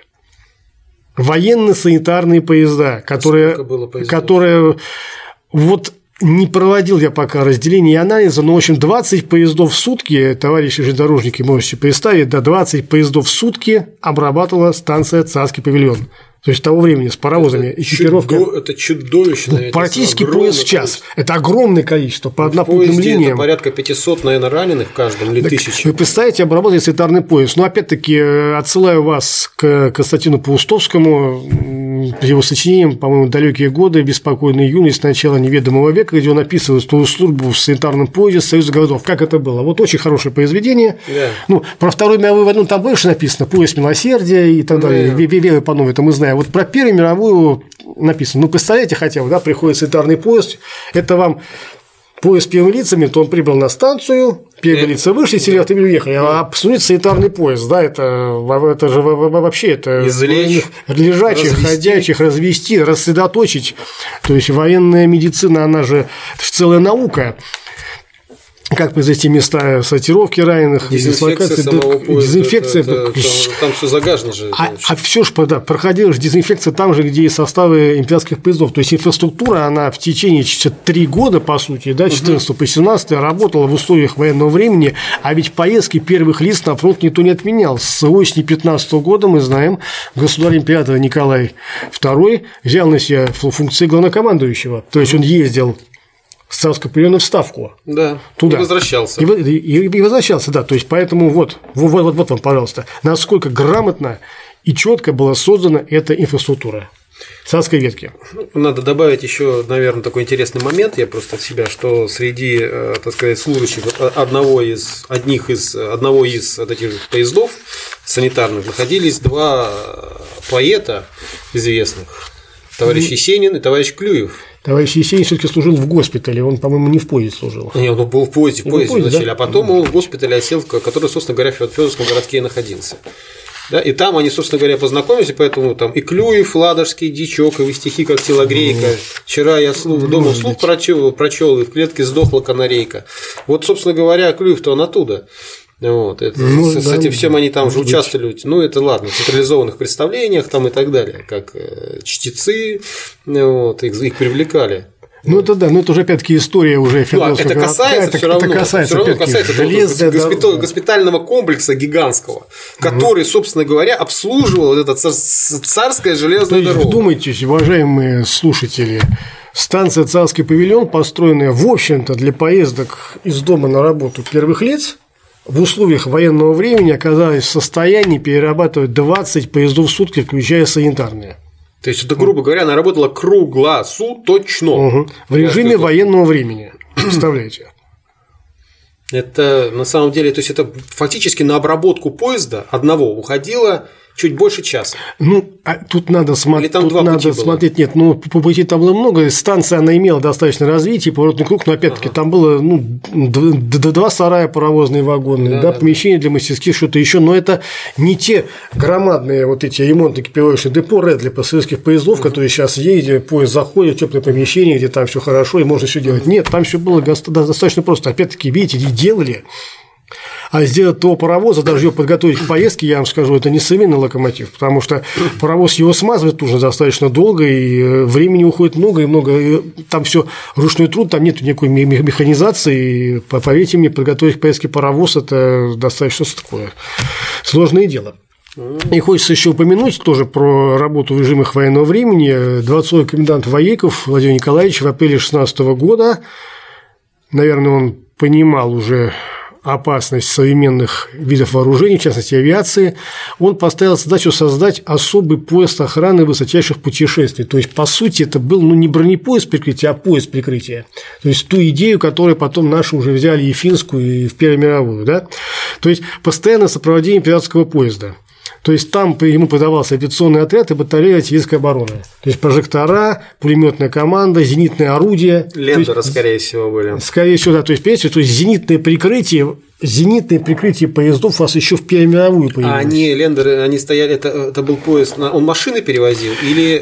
военно-санитарные поезда, которые, которые вот… Не проводил я пока разделения и анализа, но, в общем, двадцать поездов в сутки, товарищи железнодорожники, можете представить, да, двадцать поездов в сутки обрабатывала станция «Царский павильон». То есть того времени с паровозами, это экипировка. Чудо, это чудовищно. Ну, практически поезд в час. Это огромное количество по однопутным линиям. Это порядка пятисот, наверное, раненых в каждом или тысячи. Вы представляете, обработать санитарный поезд. Но опять-таки отсылаю вас к Константину Паустовскому, его сочинением, по-моему, «Далекие годы, беспокойная юность, начало неведомого века», где он описывает свою службу в санитарном поезде Союза городов. Как это было? Вот очень хорошее произведение. Yeah. Ну, про Вторую мировую войну там больше написано, поезд милосердия и так далее. Yeah. Веры Пановой, это мы знаем. Вот про Первую мировую написано. Ну, представляете, хотя бы, да, приходит санитарный поезд, это вам поезд с первыми лицами, то он прибыл на станцию, первые лица вышли, сели в автомобиль, уехали, а посунуть санитарный поезд, да, это, это же вообще это извлечь, лежачих, развести. ходячих, развести, рассредоточить. То есть военная медицина, она же целая наука. Как произвести места сортировки раненых, дезинфекция самого поезда, дезинфекция. Это, это, там, там все загажено же. А, а все же да, проходила же дезинфекция там же, где и составы императорских поездов. То есть инфраструктура, она в течение три года, по сути, да, четырнадцатого по семнадцатый работала в условиях военного времени, а ведь поездки первых лиц на фронт никто не отменял. С осени пятнадцатого года, мы знаем, государь-император Николай второй взял на себя функции главнокомандующего. То есть он ездил с царского павильона в Ставку. Да, туда. И возвращался. И, и, и возвращался, да. То есть, поэтому вот, вот, вот, вот вам, пожалуйста, насколько грамотно и четко была создана эта инфраструктура царской ветки. Надо добавить еще, наверное, такой интересный момент, я просто от себя, что среди, так сказать, служащих одного из, одних из, одного из вот этих поездов санитарных находились два поэта известных, товарищ Есенин и товарищ Клюев. Товарищ Есенин все-таки служил в госпитале, он, по-моему, не в поезде служил. Нет, он был в поезде, в поезде, поезде вначале, да? А потом он в госпитале осел, который, собственно говоря, в Федоровском городке и находился. Да, и там они, собственно говоря, познакомились, и поэтому там и Клюев, Ладожский, Дичок, и вы стихи, как телогрейка. Вчера я слух, дома вслух прочел, прочел, и в клетке сдохла канарейка. Вот, собственно говоря, Клюев-то он оттуда. Вот, это, ну, с, да, с этим всем они там же участвовали, быть. Ну, это ладно, в централизованных представлениях там и так далее, как чтецы, вот, их, их привлекали. Ну, это да, но это уже опять-таки история уже Федоровского городка. Это касается это, все равно, это касается, все равно касается железная, госпиталь, да, госпитального комплекса гигантского, который, угу. собственно говоря, обслуживал вот это царское железное дорогу. Вдумайтесь, уважаемые слушатели, станция «Царский павильон», построенная, в общем-то, для поездок из дома на работу первых лиц, в условиях военного времени оказалась в состоянии перерабатывать двадцать поездов в сутки, включая санитарные. То есть, это, грубо говоря, она работала круглосуточно. Угу. В режиме военного времени. Представляете? Это на самом деле, то есть, это фактически на обработку поезда одного уходило чуть больше часа. Ну, а тут надо, смотри, тут надо смотреть. Нет, ну, по пути там было много. Станция, она имела достаточное развитие, поворотный круг, но опять-таки ага. там было ну, два сарая паровозные вагонные, да, да, да, помещения для мастерских, что-то еще. Но это не те громадные вот эти ремонтно-экипировочные депо РЭД для пассажирских поездов, угу. которые сейчас ездят, поезд заходит, теплое помещение, где там все хорошо и можно все делать. Нет, там все было достаточно просто. Опять-таки, видите, делали. А сделать того паровоза, даже его подготовить к поездке, я вам скажу, это не современный локомотив, потому что паровоз его смазывать нужно достаточно долго, и времени уходит много, и много. И там все ручной труд, там нет никакой механизации. И, поверьте мне, подготовить к поездке паровоз – это достаточно такое сложное дело. И хочется еще упомянуть тоже про работу в режимах военного времени. Дворцовый комендант Воейков Владимир Николаевич в апреле шестнадцатого года, наверное, он понимал уже опасность современных видов вооружений, в частности авиации, он поставил задачу создать особый поезд охраны высочайших путешествий. То есть, по сути, это был ну, не бронепоезд прикрытия, а поезд прикрытия. То есть, ту идею, которую потом наши уже взяли и финскую, и в Первую мировую. Да? То есть, постоянное сопровождение пиратского поезда. То есть, там ему подавался авиационный отряд и батарея артиллерийской обороны. То есть, прожектора, пулеметная команда, зенитное орудие. Лендеры, скорее всего, были. Скорее всего, да. То есть, понимаете, то есть, зенитное прикрытие. Зенитное прикрытие поездов у вас еще в Первую мировую появилось. А они, лендеры, они стояли, это, это был поезд, он машины перевозил или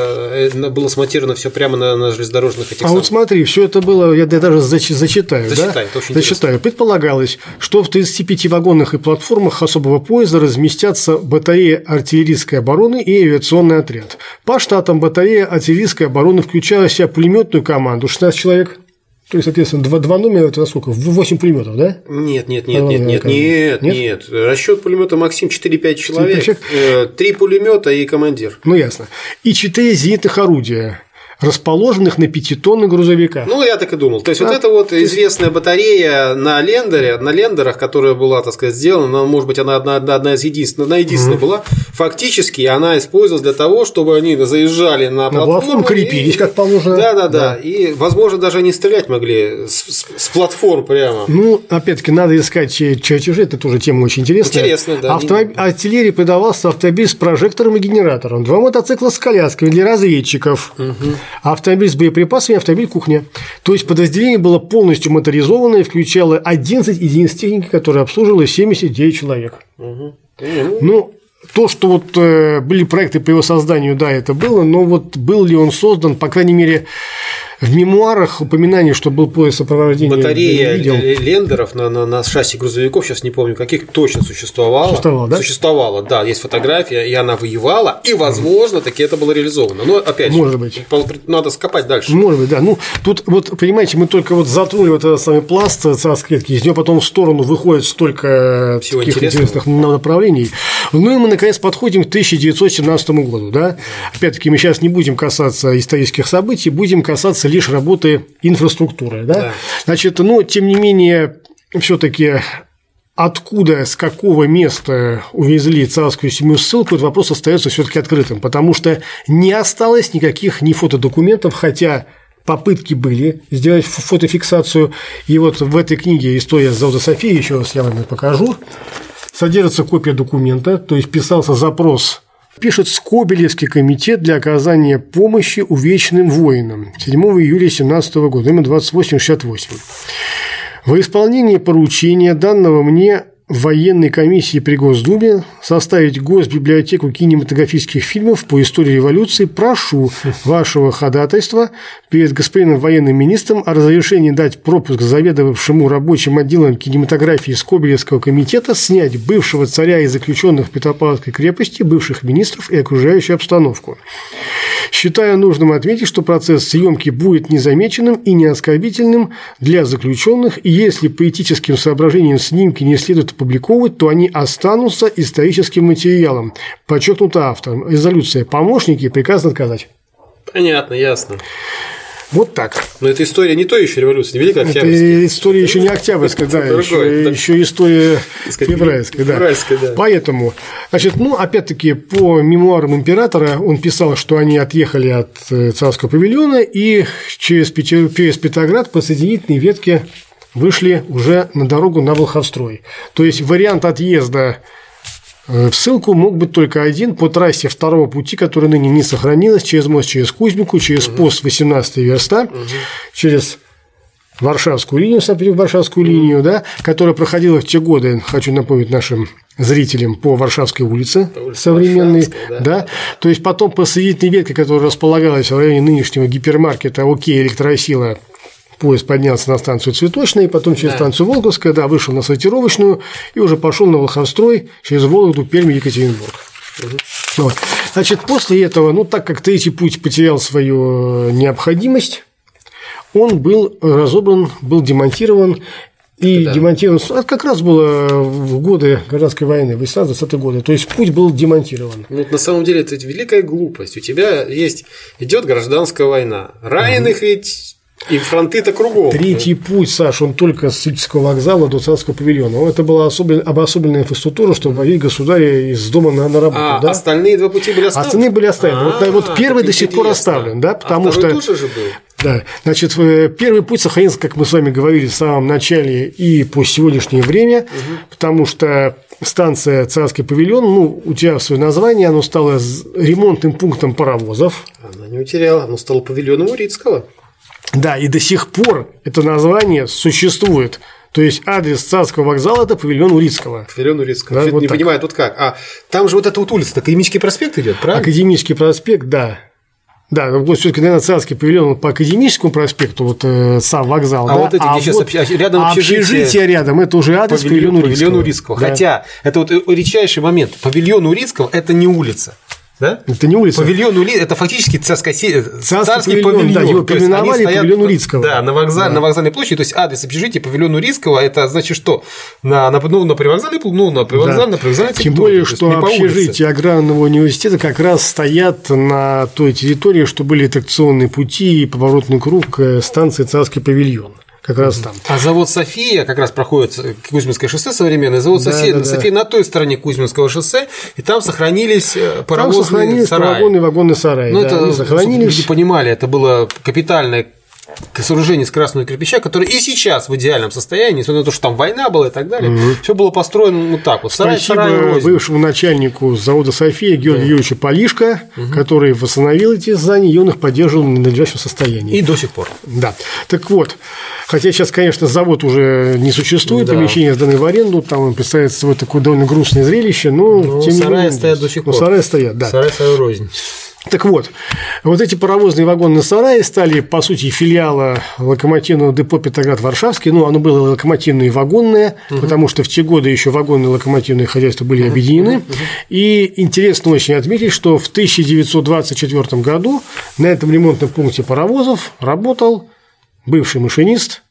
э, было смонтировано все прямо на, на железнодорожных этих А самых? Вот смотри, все это было, я даже зачитаю, Зачитай, да? это очень Зачитаю. Предполагалось, что в тридцати пяти вагонах и платформах особого поезда разместятся батарея артиллерийской обороны и авиационный отряд. По штатам батарея артиллерийской обороны включала в себя пулеметную команду шестнадцать человек. То есть, соответственно, два, два номера – это насколько? восемь пулеметов, да? Нет, нет, нет, нет, нет, нет, нет, нет. Расчет пулемета Максим четыре-пять человек, три пулемета и командир. Ну, ясно. И четыре зенитных орудия, расположенных на пятитонных грузовиках. Ну, я так и думал. То есть, а, вот эта вот известная батарея на лендере, на лендерах, которая была, так сказать, сделана, но, может быть, она одна, одна из единственных, она единственная mm-hmm. была, фактически она использовалась для того, чтобы они заезжали на, на платформу. крепились, и... как положено. Да, да, да. И, возможно, даже они стрелять могли с, с, с платформ прямо. Ну, опять-таки, надо искать чертежи, это тоже тема очень интересная. Интересная, да. Автомоб... Артиллерии придавался автомобиль с прожектором и генератором, два мотоцикла с колясками для разведчиков. Угу. Автомобиль с боеприпасами и автомобиль кухня. То есть, подразделение было полностью моторизованное и включало одиннадцать единиц техники, которые обслуживало семьдесят девять человек. Угу. Ну, то, что вот э, были проекты по его созданию, да, это было, но вот был ли он создан, по крайней мере, в мемуарах упоминание, что был поезд сопровождения. Батарея лендеров на, на, на шасси грузовиков, сейчас не помню, каких точно существовало. Существовало, да? Существовало, да, есть фотография, и она воевала, и, возможно, таки это было реализовано. Но, опять Может же, быть. надо скопать дальше. Может быть, да. Ну, тут, вот, понимаете, мы только вот затронули вот этот самый пласт царской ветки, из него потом в сторону выходит столько Всего таких интересных направлений. Ну, и мы, наконец, подходим к тысяча девятьсот семнадцатому году, да. Опять-таки, мы сейчас не будем касаться исторических событий, будем касаться лишь работы инфраструктуры. Да? Да. Значит, но, тем не менее, все-таки откуда, с какого места увезли царскую семью ссылку, этот вопрос остается все-таки открытым, потому что не осталось никаких ни фотодокументов, хотя попытки были сделать фотофиксацию. И вот в этой книге «История завода София», еще раз я вам это покажу, содержится копия документа, то есть писался запрос. Пишет Скобелевский комитет для оказания помощи увечным воинам седьмого июля семнадцатого года, номер двадцать восемь шестьдесят восемь. Во исполнение поручения, данного мне военной комиссии при Госдуме, составить Госбиблиотеку кинематографических фильмов по истории революции, прошу вашего ходатайства перед господином военным министром о разрешении дать пропуск заведовавшему рабочим отделом кинематографии Скобелевского комитета снять бывшего царя и заключенных в Петропавловской крепости, бывших министров и окружающую обстановку. Считаю нужным отметить, что процесс съемки будет незамеченным и неоскорбительным для заключенных, и если по этическим соображениям снимки не следует опубликовывать, то они останутся историческим материалом. Подчеркнуто автором. Резолюция. Помощники приказано отказать. Понятно, ясно. Вот так. Но эта история не то еще революция, не Великая Октябрьская. Это история еще не Октябрьская, да, еще, еще история февральская. Да. Да. Поэтому, значит, ну, опять-таки, по мемуарам императора он писал, что они отъехали от царского павильона и через, Петер... через Петроград по соединительной ветке вышли уже на дорогу на Волховстрой. То есть вариант отъезда в ссылку мог быть только один по трассе второго пути, которая ныне не сохранилась, через мост через Кузьмику, через угу. пост восемнадцатая верста, угу. через Варшавскую линию, Варшавскую линию, да, которая проходила в те годы, хочу напомнить нашим зрителям, по Варшавской улице по современной, да. Да, то есть потом по соединительной ветке, которая располагалась в районе нынешнего гипермаркета ОК «Электросила», поезд поднялся на станцию Цветочная, и потом через да. станцию Волговская, да, вышел на сортировочную и уже пошел на Волховстрой через Вологду, Пермь, Екатеринбург. Угу. Вот. Значит, после этого, ну, так как третий путь потерял свою необходимость, он был разобран, был демонтирован. И да. демонтирован, это как раз было в годы гражданской войны, восемнадцатые-двадцатые годы. То есть путь был демонтирован. Ну, на самом деле это великая глупость. У тебя есть идет гражданская война. Раненых угу. ведь. И фронты-то кругом. Третий да? путь, Саш, он только с Сычского вокзала до Царского павильона. Это была особенная, обособленная инфраструктура, чтобы возить государя из дома на, на работу. А да? остальные два пути были оставлены? Остальные были оставлены. Вот, вот первый до сих пор оставлен. Да, потому а что... тоже же был? Да, значит, первый путь сохранился, как мы с вами говорили в самом начале, и по сегодняшнее время, угу. потому что станция Царский павильон, ну, утеряв свое название, оно стало ремонтным пунктом паровозов. Она не утеряла, оно стало павильоном Урицкого. Да, и до сих пор это название существует. То есть адрес Царского вокзала – это павильон Урицкого. Павильон Урицкого. Да, вот не так. Понимаю, тут как. А там же вот эта вот улица, Академический проспект идет, правильно? Академический проспект, да. Да, вот все-таки, наверное, Царский павильон по Академическому проспекту, вот э, сам вокзал. А да? вот эти, а где вот сейчас рядом общежитие. Общежитие рядом, это уже адрес павильон, павильон Урицкого. Павильон Урицкого. Да. Хотя, это вот редчайший момент. Павильон Урицкого – это не улица. Да? Это не улица. Павильон Урицкого – это фактически царский, царский, царский павильон. павильон. Да, его переименовали павильон Урицкого. Да, на, вокзаль, да. на вокзальной площади, то есть адрес общежития павильон Урицкого – это значит что? На, на, ну, на привокзальной, ну, на привокзальной, да. на привокзальной Тем более, что общежития аграрного университета как раз стоят на той территории, что были аттракционные пути и поворотный круг станции Царский павильон. Как раз там. А завод «София» как раз проходит Кузьминское шоссе современное. Завод да, «София», да, «София» да. на той стороне Кузьминского шоссе, и там сохранились паровозные там сохранились сараи. Паровозные вагонные сараи. Ну, да, это, сохранились. Люди понимали, это было капитальное сооружение из красного кирпича, которое и сейчас в идеальном состоянии, несмотря на то, что там война была и так далее, угу. все было построено вот так вот. Сарай, Спасибо бывшему начальнику завода «София» Георгию да. Юрьевичу Полишко, угу. который восстановил эти здания, и он их поддерживал в надлежащем состоянии. И до сих пор. Да. Так вот, хотя сейчас, конечно, завод уже не существует, да. помещения сданы в аренду, там он представляет собой такое довольно грустное зрелище, но, но тем не менее… Сараи стоят до сих пор. Сараи стоят, да. Сараи свою рознь. Так вот, вот эти паровозные вагонные сараи стали, по сути, филиала локомотивного депо Петроград-Варшавский. Ну, оно было локомотивное и вагонное, угу. потому что в те годы еще вагонные и локомотивные хозяйства были угу. объединены. Угу. И интересно очень отметить, что в тысяча девятьсот двадцать четвёртом году на этом ремонтном пункте паровозов работал бывший машинист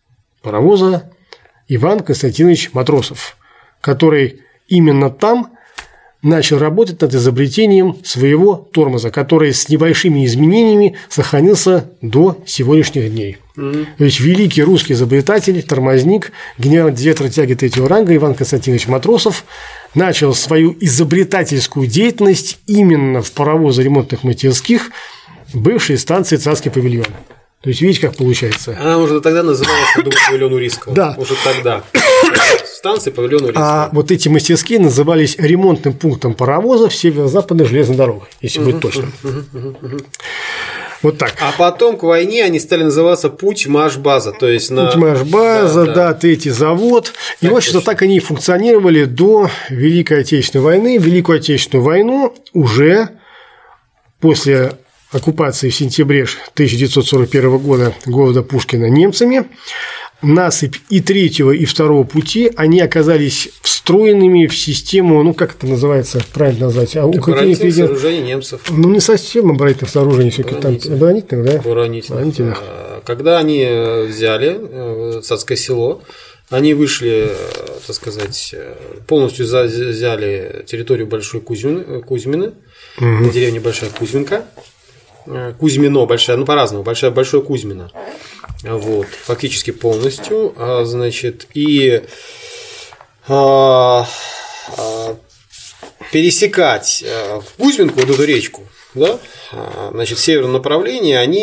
паровоза Иван Константинович Матросов, который именно там начал работать над изобретением своего тормоза, который с небольшими изменениями сохранился до сегодняшних дней. Mm-hmm. То есть великий русский изобретатель, тормозник, генеральный директор тяги третьего ранга Иван Константинович Матросов начал свою изобретательскую деятельность именно в паровозо-ремонтных мастерских бывшей станции «Царский павильон». То есть, видите, как получается. Она уже тогда называлась павильон Урицкого. Да. Уже тогда. Станция павильон Урицкого. А вот эти мастерские назывались ремонтным пунктом паровозов северо-западных железных дорог, если быть точным. Вот так. А потом к войне они стали называться Путь-Маш-База. То есть на... Путь-Маш-База, да, да, третий завод. И так, в общем-то, так они и функционировали до Великой Отечественной войны. Великую Отечественную войну уже после оккупации в сентябре тысяча девятьсот сорок первого года города Пушкина немцами, насыпь и третьего, и второго пути, они оказались встроенными в систему, ну, как это называется, правильно назвать? А оборонительных сооружений немцев. Ну, не совсем оборонительных сооружений, все-таки там оборонительных, да? Оборонительных. Оборонительных. Когда они взяли Царское село, они вышли, так сказать, полностью взяли территорию Большой Кузьмины, Кузьмины, угу. на деревне Большая Кузьминка. Кузьмино, большая, ну по-разному, большая, большое Кузьмино, вот, фактически полностью, а, значит, и а, а, пересекать Кузьминку, вот эту речку, да, значит, в северном направлении они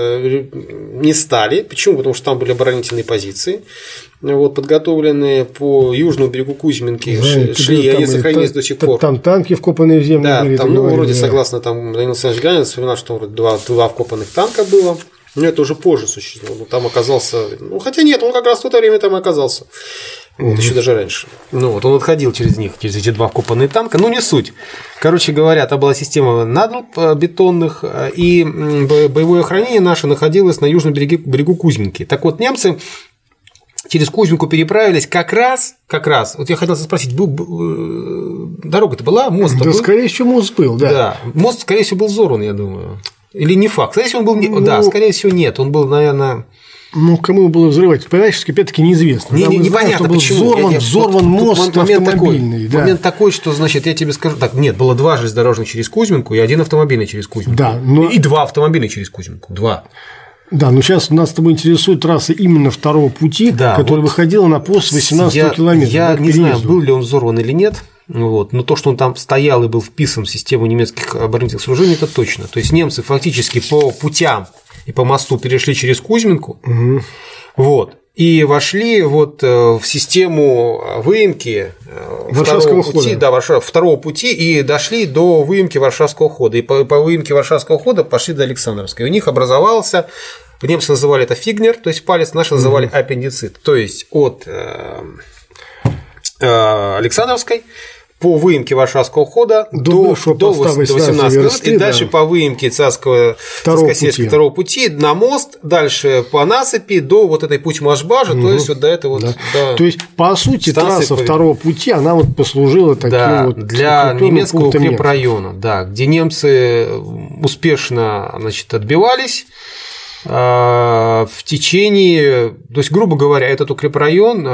не стали. Почему? Потому что там были оборонительные позиции, вот, подготовленные по южному берегу Кузьминки, да, шли, и они сохранились до сих пор. Там танки вкопанные в землю да, были. Там, ну, вроде, да. согласно там, Данил Александрович Ганин вспоминал, что вроде два, два вкопанных танка было. Но это уже позже существовало. Там оказался. Ну, хотя нет, он как раз в то время там и оказался. Вот, еще даже раньше. Ну, вот он отходил через них, через эти два вкопанные танка. Ну, не суть. Короче говоря, там была система надл бетонных, и боевое охранение наше находилось на южном берегу, берегу Кузьминки. Так вот, немцы через Кузьминку переправились как раз, как раз. Вот я хотел спросить, был, дорога-то была, мост да, был? Скорее всего, мост был, да. Да, мост, скорее всего, был взорван, я думаю. Или не факт. Скорее всего, он был. Ну, да, скорее всего, нет. Он был, наверное. Ну, кому было взрывать? Порядочески, опять-таки, неизвестно. Не, не, непонятно, был почему. Взорван, я, я, взорван мост момент автомобильный. Такой, да. Момент такой, что, значит, я тебе скажу. Так, нет, было два железнодорожных через Кузьминку и один автомобильный через Кузьминку. Да, но... И два автомобильных через Кузьминку. Два. Да, но сейчас нас с тобой интересует трасса именно второго пути, да, которая вот выходила на пост восемнадцатого километра. Я не знаю, был ли он взорван или нет. Вот. Но то, что он там стоял и был вписан в систему немецких оборонительных сооружений, это точно. То есть немцы фактически по путям и по мосту перешли через Кузьминку, угу. вот, и вошли вот в систему выемки второго пути, да, второго пути и дошли до выемки Варшавского хода. И по, по выемке Варшавского хода пошли до Александровской. И у них образовался, немцы называли это фигнер, то есть палец, наши называли угу. аппендицит. То есть от э, э, Александровской по выемке Варшавского хода до, до, до восемнадцатого версты, и да. дальше по выемке Царского второго пути. второго пути на мост, дальше по насыпи до вот этой Путь-Маш-База, угу. то есть вот до этого. Да. До то есть, по сути, трасса по... второго пути, она вот послужила таким да, вот для немецкого укрепрайона, да, где немцы успешно, значит, отбивались. В течение, то есть, грубо говоря, этот укрепрайон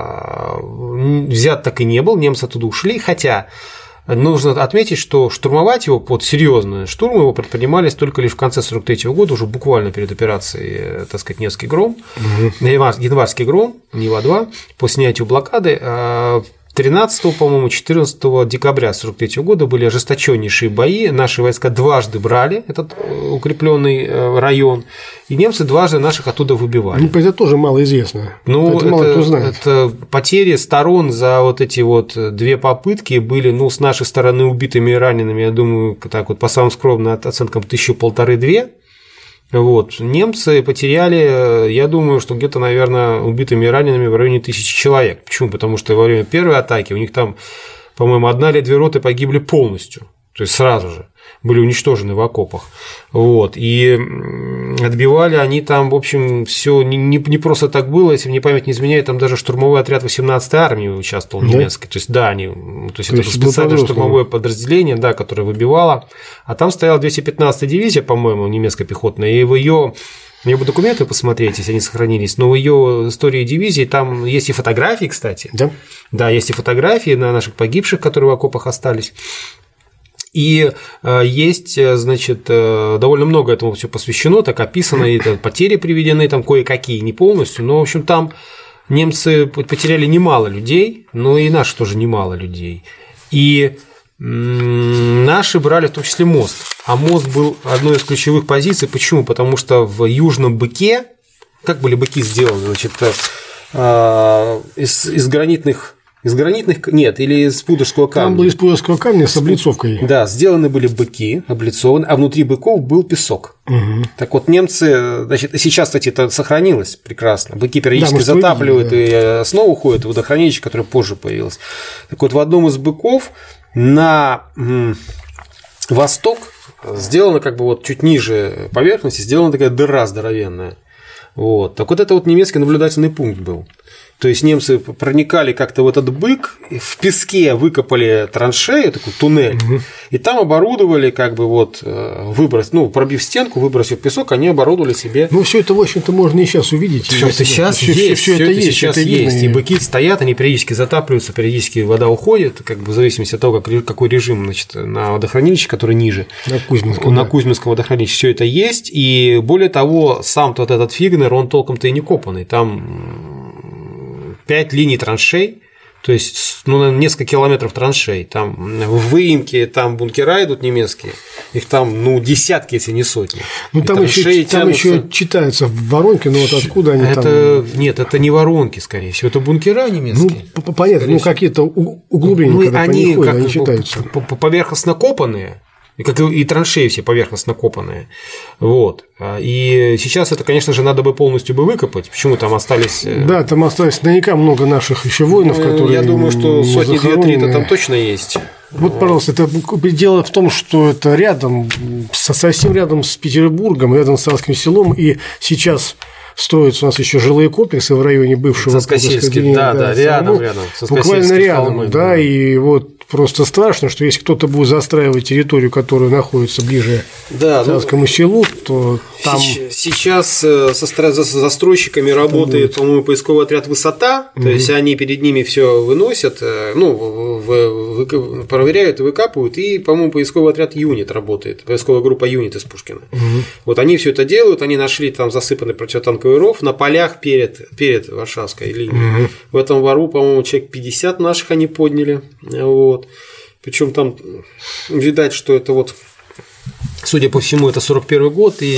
взят так и не был, немцы оттуда ушли, хотя нужно отметить, что штурмовать его под серьезный штурм его предпринимались только лишь в конце сорок третьего года, уже буквально перед операцией, так сказать, Невский гром, угу. Январский гром, Нева-два, по снятию блокады. тринадцатого, по-моему, четырнадцатого декабря сорок третьего года были ожесточеннейшие бои. Наши войска дважды брали этот укрепленный район, и немцы дважды наших оттуда выбивали. Ну, это тоже мало известно. Ну, это, это, мало кто знает. Это потери сторон за вот эти вот две попытки были, ну, с нашей стороны убитыми и ранеными, я думаю, так вот по самым скромным оценкам тысячу полторы-две. Вот. Немцы потеряли, я думаю, что где-то, наверное, убитыми и ранеными в районе тысячи человек. Почему? Потому что во время первой атаки у них там, по-моему, одна или две роты погибли полностью, то есть сразу же были уничтожены в окопах. Вот. И отбивали они там, в общем, все не, не, не просто так было, если мне память не изменяет, там даже штурмовой отряд восемнадцатой армии участвовал, да? немецкий. То есть, да, они, то есть, то это специальное штурмовое подразделение, да, которое выбивало. А там стояла двести пятнадцатая дивизия, по-моему, немецкая пехотная, и в ее Мне бы документы посмотреть, если они сохранились, но в ее истории дивизии там есть и фотографии, кстати. Да? Да, есть и фотографии на наших погибших, которые в окопах остались. И э, есть, значит, э, довольно много этому все посвящено, так описано, и это, потери приведены, там кое-какие, не полностью, но, в общем, там немцы потеряли немало людей, но и наши тоже немало людей. И м- наши брали в том числе мост, а мост был одной из ключевых позиций. Почему? Потому что в Южном Быке, как были быки сделаны, значит, э, из, из гранитных Из гранитных, нет, или из пудожского камня. Там было из пудожского камня с облицовкой. Да, сделаны были быки, облицованы, а внутри быков был песок. Угу. Так вот, немцы, значит, сейчас, кстати, это сохранилось прекрасно. Быки периодически да, затапливают видели, да. И снова уходят в водохранилище, которое позже появилось. Так вот, в одном из быков на восток сделана, как бы вот чуть ниже поверхности, сделана такая дыра здоровенная. Вот. Так вот, это вот немецкий наблюдательный пункт был. То есть немцы проникали как-то в этот бык, в песке выкопали траншею, такой туннель, угу. И там оборудовали, как бы вот выброс, ну, пробив стенку, выбросив песок, они оборудовали себе. Ну, все это, в общем-то, можно и сейчас увидеть. Все это сейчас все, есть, все, все это, это есть, сейчас это есть. Видно. И быки стоят, они периодически затапливаются, периодически вода уходит, как бы в зависимости от того, как, какой режим, значит, на водохранилище, который ниже. На Кузьминском. На да. Кузьминском водохранилище все это есть. И более того, сам вот этот Фигнер, он толком-то и не копанный. Там пять линий траншей, то есть ну, несколько километров траншей. Там в выемке там бункера идут немецкие, их там ну, десятки, если не сотни. Ну, там еще, там еще читаются воронки, но вот откуда они это, там. Нет, это не воронки, скорее всего, это бункера немецкие. Ну, понятно, ну какие-то углубления, ну, когда они, ходят, они читаются. Поверхностно копанные. И, как и траншеи все поверхностно копанные. Вот. И сейчас это, конечно же, надо бы полностью бы выкопать. Почему там остались. Да, там осталось наверняка много наших еще воинов, ну, которые. Я думаю, что сотни две-три там точно есть. Вот, пожалуйста, это дело в том, что это рядом, совсем рядом с Петербургом, рядом с Царским селом, и сейчас строятся у нас еще жилые комплексы в районе бывшего Царскосельский, да, да, да, рядом, ну, рядом. Буквально рядом, холмы, да, да, и вот просто страшно, что если кто-то будет застраивать территорию, которая находится ближе да, к Царскому ну, селу, то там… Сейчас со застройщиками работает, по-моему, поисковый отряд «Высота», угу. То есть они перед ними все выносят, ну, проверяют и выкапывают, и, по-моему, поисковый отряд «Юнит» работает, поисковая группа «Юнит» из Пушкина. Угу. Вот они все это делают, они нашли там засыпанный противотанковый ров на полях перед, перед Варшавской линией. Угу. В этом вору, по-моему, человек пятьдесят наших они подняли. Вот. Причем там видать, что это вот, судя по всему, это сорок первый год, и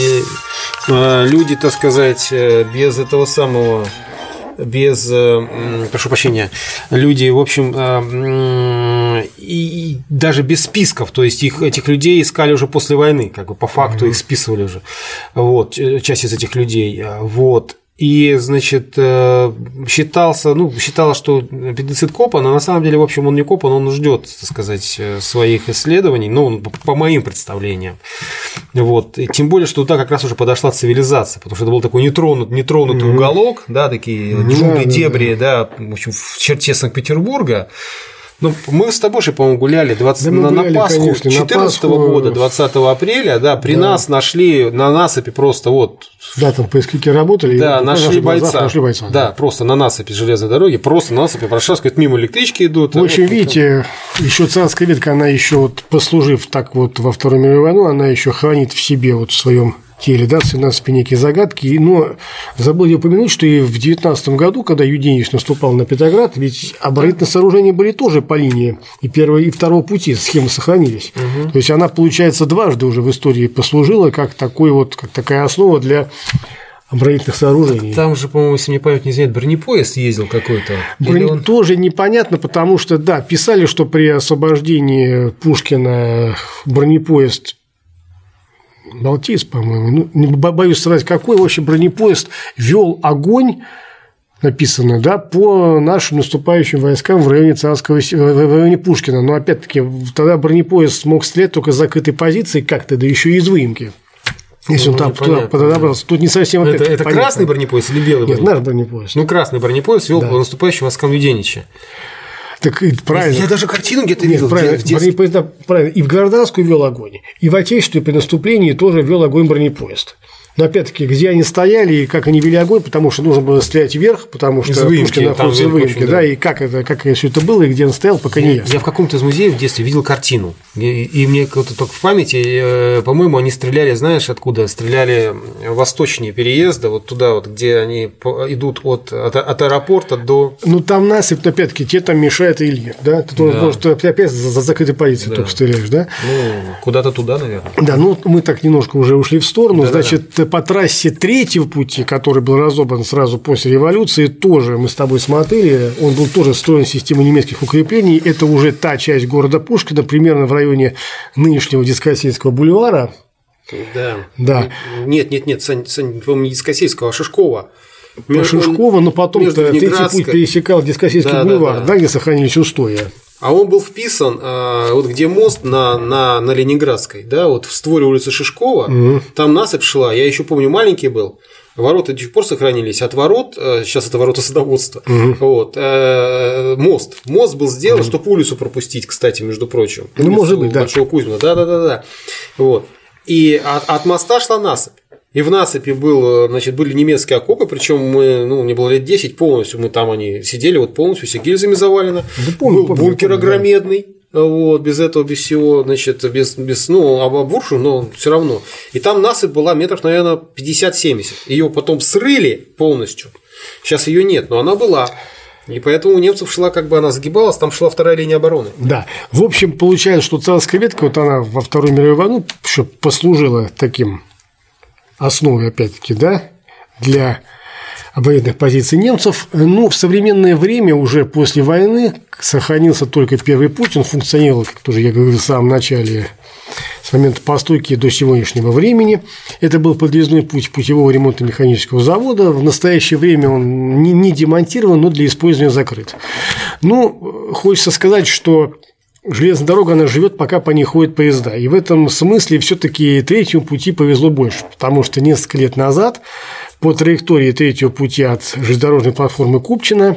э, люди, так сказать, без этого самого, без, э, прошу прощения, люди, в общем, э, и, и даже без списков, то есть их, этих людей искали уже после войны, как бы по факту mm-hmm. их списывали уже, вот, часть из этих людей, вот. И, значит, считался, ну, считалось, что аппендицит копан, а на самом деле, в общем, он не копан, он ждет, так сказать, своих исследований, ну, по моим представлениям. Вот. И тем более, что туда как раз уже подошла цивилизация, потому что это был такой нетронут, нетронутый mm-hmm. уголок, да, такие mm-hmm. джунгли, дебри, да, в общем, в черте Санкт-Петербурга. Ну, мы с тобой же, по-моему, гуляли, двадцать, да, на, гуляли, на Пасху четырнадцатого года, двадцатого апреля, да, при да. нас нашли на насыпи просто вот. Да, там поисковики работали. Да, и нашли бойца. нашли бойца. Да, да, просто на насыпи железной дороги, просто на насыпи Варшавской, мимо электрички идут. В общем, вот, видите, еще царская ветка, она еще вот послужив так вот во Вторую мировую войну, она еще хранит в себе вот в своем теле, да, на спине некие загадки. Но забыл я упомянуть, что и в девятнадцатом году, когда Юденич наступал на Петроград, ведь оборонительные сооружения были тоже по линии и первого, и второго пути, схемы сохранились. Угу. То есть она, получается, дважды уже в истории послужила как такой вот, как такая основа для оборонительных сооружений. Там же, по-моему, если мне память не изменяет, бронепоезд ездил какой-то. Броне... Он... Тоже непонятно, потому что, да, писали, что при освобождении Пушкина бронепоезд Балтийск, по-моему, ну, не боюсь сказать, какой вообще бронепоезд вел огонь, написано, да, по нашим наступающим войскам в районе Царского, в районе Пушкина. Но опять-таки тогда бронепоезд смог стрелять только с закрытой позиции как-то, да еще и из выемки. Если ну, он там туда подобрался, тут не совсем это, это красный бронепоезд или белый бронепоезд? Нет, наш бронепоезд. Ну, красный бронепоезд вел да. по наступающим войскам Юденича. Так, правильно. Я даже картину где-то Нет, видел. Правильно, где, бронепоезда, правильно. И в гражданскую вел огонь, и в отечественную при наступлении тоже вел огонь бронепоезд. Но опять-таки, где они стояли и как они вели огонь, потому что нужно было стрелять вверх, потому что Пушкин находится в выемке, да, да, и как это, как все это было, и где он стоял, пока я, не ясно. Я в каком-то из музеев в детстве видел картину, и, и мне как-то только в памяти, по-моему, они стреляли, знаешь, откуда? Стреляли восточнее переезда, вот туда вот, где они идут от, от, от аэропорта до… Ну, там насыпь, опять-таки, тебе там мешает Илья, да? Ты тоже, да. Может, ты опять за закрытой позицией да. только стреляешь, да? Ну, куда-то туда, наверное. Да, ну, мы так немножко уже ушли в сторону, да, значит, да. по трассе третьего пути, который был разобран сразу после революции, тоже мы с тобой смотрели, он был тоже строен системой немецких укреплений, это уже та часть города Пушкина, примерно в районе нынешнего Дискосейского бульвара. Да. да. Нет, нет, нет, Сань, Сань, по-моему, не Дискосейского, а Шишкова. По Шишкова, но потом третий путь пересекал Дискосейский да, бульвар, да, да. да, где сохранились устои. А он был вписан, вот где мост на, на, на Ленинградской, да, вот в створе улицы Шишкова, угу. там насыпь шла, я еще помню, маленький был, ворота до сих пор сохранились, от ворот, сейчас это ворота садоводства, угу. вот, э, мост, мост был сделан, угу. чтобы улицу пропустить, кстати, между прочим, ну, может быть, да. Большого Кузьмина, да-да-да, вот, и от, от моста шла насыпь. И в насыпи был, значит, были немецкие окопы, причем мы, ну, мне было лет десять полностью, мы там они сидели, вот полностью все гильзами завалено. Да, помню, был бункер помню, огромедный, да. вот, без этого, без всего, значит, без, без ну, обвуршен, но все равно. И там насыпь была метров, наверное, пятьдесят-семьдесят. Ее потом срыли полностью. Сейчас ее нет, но она была. И поэтому у немцев шла, как бы она сгибалась, там шла вторая линия обороны. Да. В общем, получается, что Царская ветка, вот она во Вторую мировую войну послужила таким основой, опять-таки, да, для оборонительных позиций немцев. Ну, в современное время, уже после войны, сохранился только первый путь, он функционировал, как тоже я говорил в самом начале, с момента постройки до сегодняшнего времени. Это был подъездной путь путевого ремонтно-механического завода. В настоящее время он не, не демонтирован, но для использования закрыт. Ну, хочется сказать, что железная дорога, она живет, пока по ней ходят поезда. И в этом смысле все-таки третьему пути повезло больше, потому что несколько лет назад по траектории третьего пути от железнодорожной платформы Купчино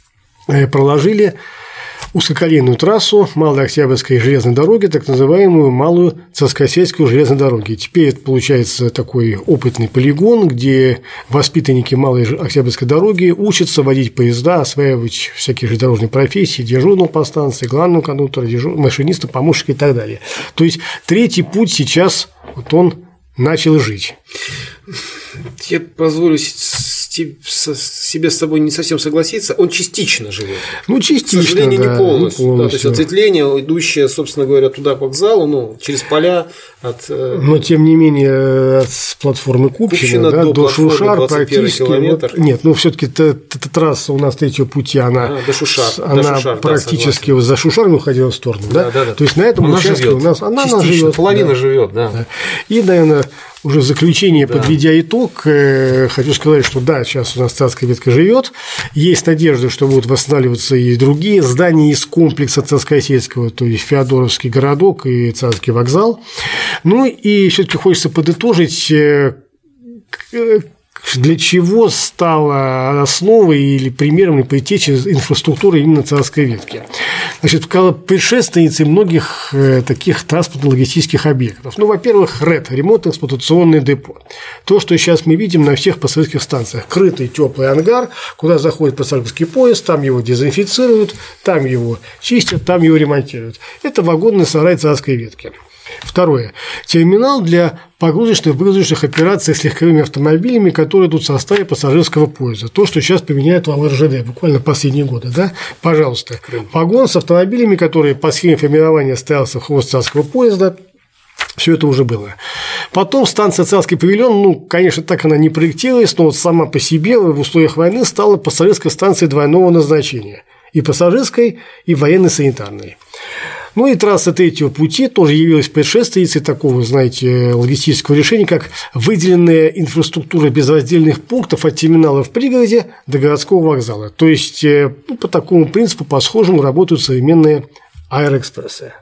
проложили узкоколейную трассу Малой Октябрьской железной дороги, так называемую Малую Царскосельскую железную дорогу. И теперь это получается такой опытный полигон, где воспитанники Малой Октябрьской дороги учатся водить поезда, осваивать всякие железнодорожные профессии, дежурного по станции, главного кондуктора, дежур... машиниста, помощника и так далее. То есть третий путь сейчас вот он начал жить. Я позволю себе с тобой не совсем согласиться, он частично живет. Ну, частично, к сожалению, да, не полностью. Не полностью. Да, то есть ответвление, идущее, собственно говоря, туда по вокзалу, ну, через поля от. Но тем не менее, с платформы Купчино, Купчино да, до, до Шушар практически. Вот, нет, ну все-таки эта трасса у нас третьего пути, она, а, до Шушар, она до Шушар, практически да, за Шушаром уходила в сторону. Да? Да, да, да. То есть на этом она участке живет. У нас она, она живет. Половина да. живет, да. да. И, наверное, уже в заключение, да. подведя итог, э, хочу сказать, что да, сейчас у нас Царская ветка живет. Есть надежда, что будут восстанавливаться и другие здания из комплекса Царскосельского, то есть Феодоровский городок и Царский вокзал. Ну и все-таки хочется подытожить, э, для чего стала основой или примером предтечи инфраструктуры именно Царской ветки. Значит, предшественницей многих э, таких транспортно-логистических объектов. Ну, во-первых, РЭД – ремонтно-эксплуатационное депо. То, что сейчас мы видим на всех пассажирских станциях. Крытый теплый ангар, куда заходит пассажирский поезд, там его дезинфицируют, там его чистят, там его ремонтируют. Это вагонный сарай Царской ветки. Второе. Терминал для погрузочных и выгрузочных операций с легковыми автомобилями, которые идут в составе пассажирского поезда. То, что сейчас применяют в РЖД буквально последние годы. Да? Пожалуйста. Вагон с автомобилями, которые по схеме формирования стоялся в хвост царского поезда. Все это уже было. Потом станция Царский павильон, ну, конечно, так она не проектировалась, но вот сама по себе в условиях войны стала пассажирской станцией двойного назначения. И пассажирской, и военно-санитарной. Ну и трасса третьего пути тоже явилась предшественницей такого, знаете, логистического решения, как выделенная инфраструктура безраздельных пунктов от терминала в пригороде до городского вокзала. То есть, ну, по такому принципу, по схожему работают современные аэроэкспрессы.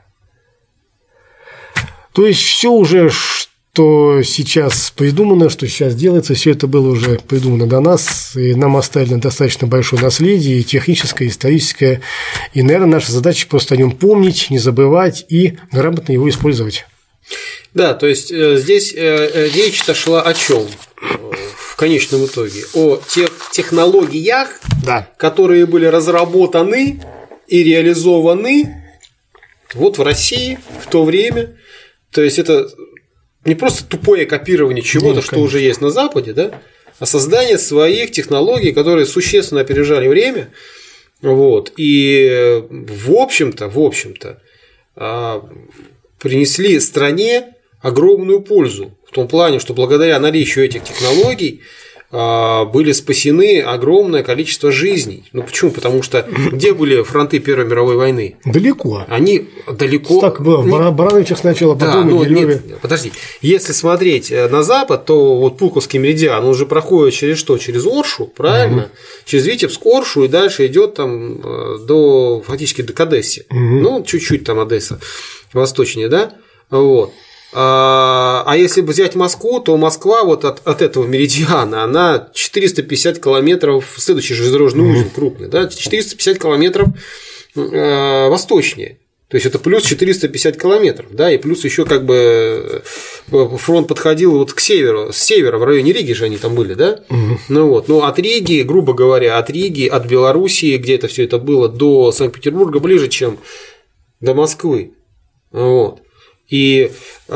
То есть, все уже, что сейчас придумано, что сейчас делается, все это было уже придумано до нас, и нам оставили достаточно большое наследие, и техническое, и историческое, и, наверное, наша задача просто о нем помнить, не забывать и грамотно его использовать. Да, то есть здесь речь-то шла о чем в конечном итоге? О тех технологиях, да, которые были разработаны и реализованы вот в России в то время. То есть это не просто тупое копирование чего-то, Нет, что конечно. уже есть на Западе, да, а создание своих технологий, которые существенно опережали время. Вот, и в общем-то, в общем-то, принесли стране огромную пользу в том плане, что благодаря наличию этих технологий были спасены огромное количество жизней. Ну почему? Потому что где были фронты Первой мировой войны? Далеко. Они далеко. Так было. В Барановичах сначала, потом да, ну, нет, подожди. Если смотреть на запад, то вот Пулковский меридиан, он уже проходит через что? Через Оршу, правильно? Угу. Через Витебск, Оршу и дальше идет там до фактически до Одессы. Угу. Ну, чуть-чуть там Одесса восточнее, да? Вот. А если взять Москву, то Москва вот от, от этого меридиана, она четыреста пятьдесят километров, следующий железнодорожный узел mm-hmm. крупный, да, четыреста пятьдесят километров э, восточнее. То есть это плюс четыреста пятьдесят километров, да, и плюс еще как бы фронт подходил вот к северу, с севера, в районе Риги же они там были, да? Mm-hmm. Ну вот, ну от Риги, грубо говоря, от Риги, от Белоруссии, где это все это было, до Санкт-Петербурга ближе, чем до Москвы. Вот. И,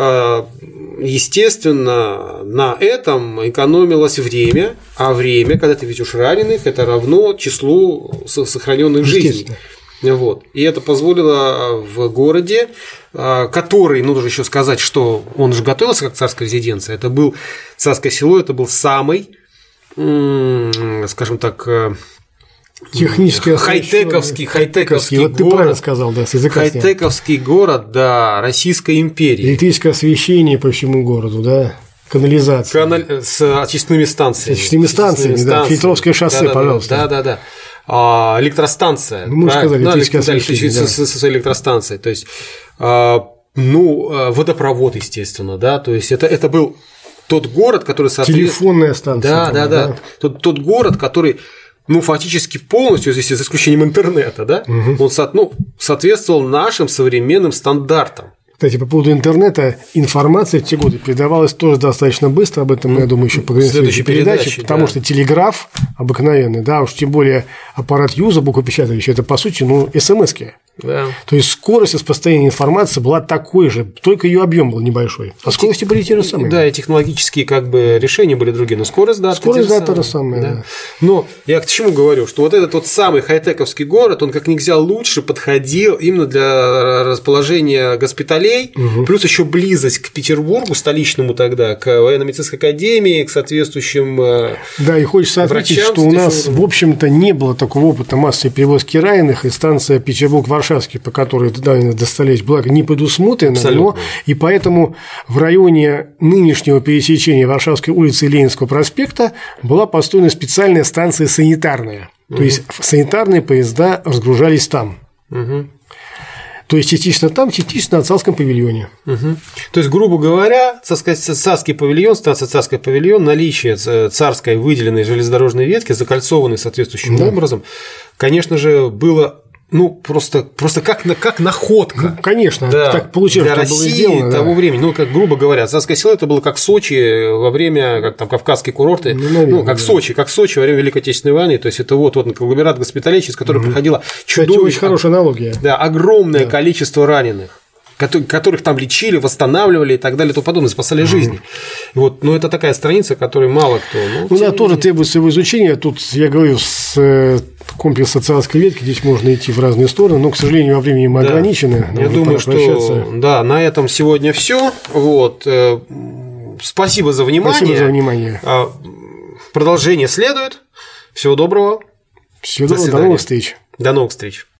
естественно, на этом экономилось время, а время, когда ты везешь раненых, это равно числу сохраненных жизней. Вот. И это позволило в городе, который, ну, нужно еще сказать, что он же готовился как царская резиденция, это был царское село, это был самый, скажем так, технически хай-тековский, хай-тековский вот ты город, правильно сказал, да, с языка хай-тековский город, да, Российской империи. Электрическое освещение по всему городу, да, канализация. Каналь... С очистными станциями. С очистными станциями, да, станциями. Фильтровское шоссе, да, пожалуйста. Да, да, да. А, электростанция. Ну, мы же сказали, электрическое да, освещение. Да. С, с, с электростанцией. То есть, а, ну, водопровод, естественно, да, то есть это, это был тот город, который соответствует. Телефонная станция. Да, да, да, да. Тот, тот город, который. Ну, фактически полностью, здесь за исключением интернета, да, угу. он ну, соответствовал нашим современным стандартам. Кстати, по поводу интернета, информация в те годы передавалась тоже достаточно быстро, об этом мы, я думаю, еще поговорим в следующей передаче, передаче потому да. что телеграф обыкновенный, да, уж тем более аппарат Юза, буквопечатающий, это, по сути, ну, эс-эм-эски. Да. То есть скорость распространения информации была такой же, только ее объем был небольшой. А скорости были те же самые. Да, и технологические как бы решения были другие, но скорость, да, скорость, да, та же самая. Да. Да. Но я к чему говорю, что вот этот вот самый хай-тековский город, он как нельзя лучше подходил именно для расположения госпиталей, угу. плюс еще близость к Петербургу, столичному тогда, к военно-медицинской академии, к соответствующим. Да, и хочется отметить, что у нас, в общем-то, не было такого опыта массовой перевозки раненых, и станция Петербург-Варшава, по которой до столетия была не предусмотрена, но и поэтому в районе нынешнего пересечения Варшавской улицы и Ленинского проспекта была построена специальная станция санитарная. Угу. То есть санитарные поезда разгружались там. Угу. То есть частично там, частично на Царском павильоне. Угу. То есть, грубо говоря, Царский павильон, станция Царский павильон, наличие царской выделенной железнодорожной ветки, закольцованной соответствующим да. образом, конечно же, было. Ну, просто, просто как, как находка. Ну, конечно, да, так получилось, для России было сделано, того да. времени. Ну, как грубо говоря, Царское село это было как Сочи во время, как там кавказские курорты, ну, наверное, ну как да. Сочи, как Сочи во время Великой Отечественной войны. То есть это вот, вот конгломерат госпиталей, через который угу. проходило чудовищное. Очень хорошая аналогия. Да, огромное да. количество раненых, которых там лечили, восстанавливали и так далее и тому подобное, спасали жизни. Вот, но это такая страница, которой мало кто. Ну, ну да, тоже требуется его изучение. Тут я говорю с комплекса царской ветки, здесь можно идти в разные стороны, но, к сожалению, во времени мы да. ограничены. Я думаю, что да, на этом сегодня все. Вот. Спасибо за внимание. Спасибо за внимание. Продолжение следует. Всего доброго. Всего доброго. До новых встреч. До новых встреч.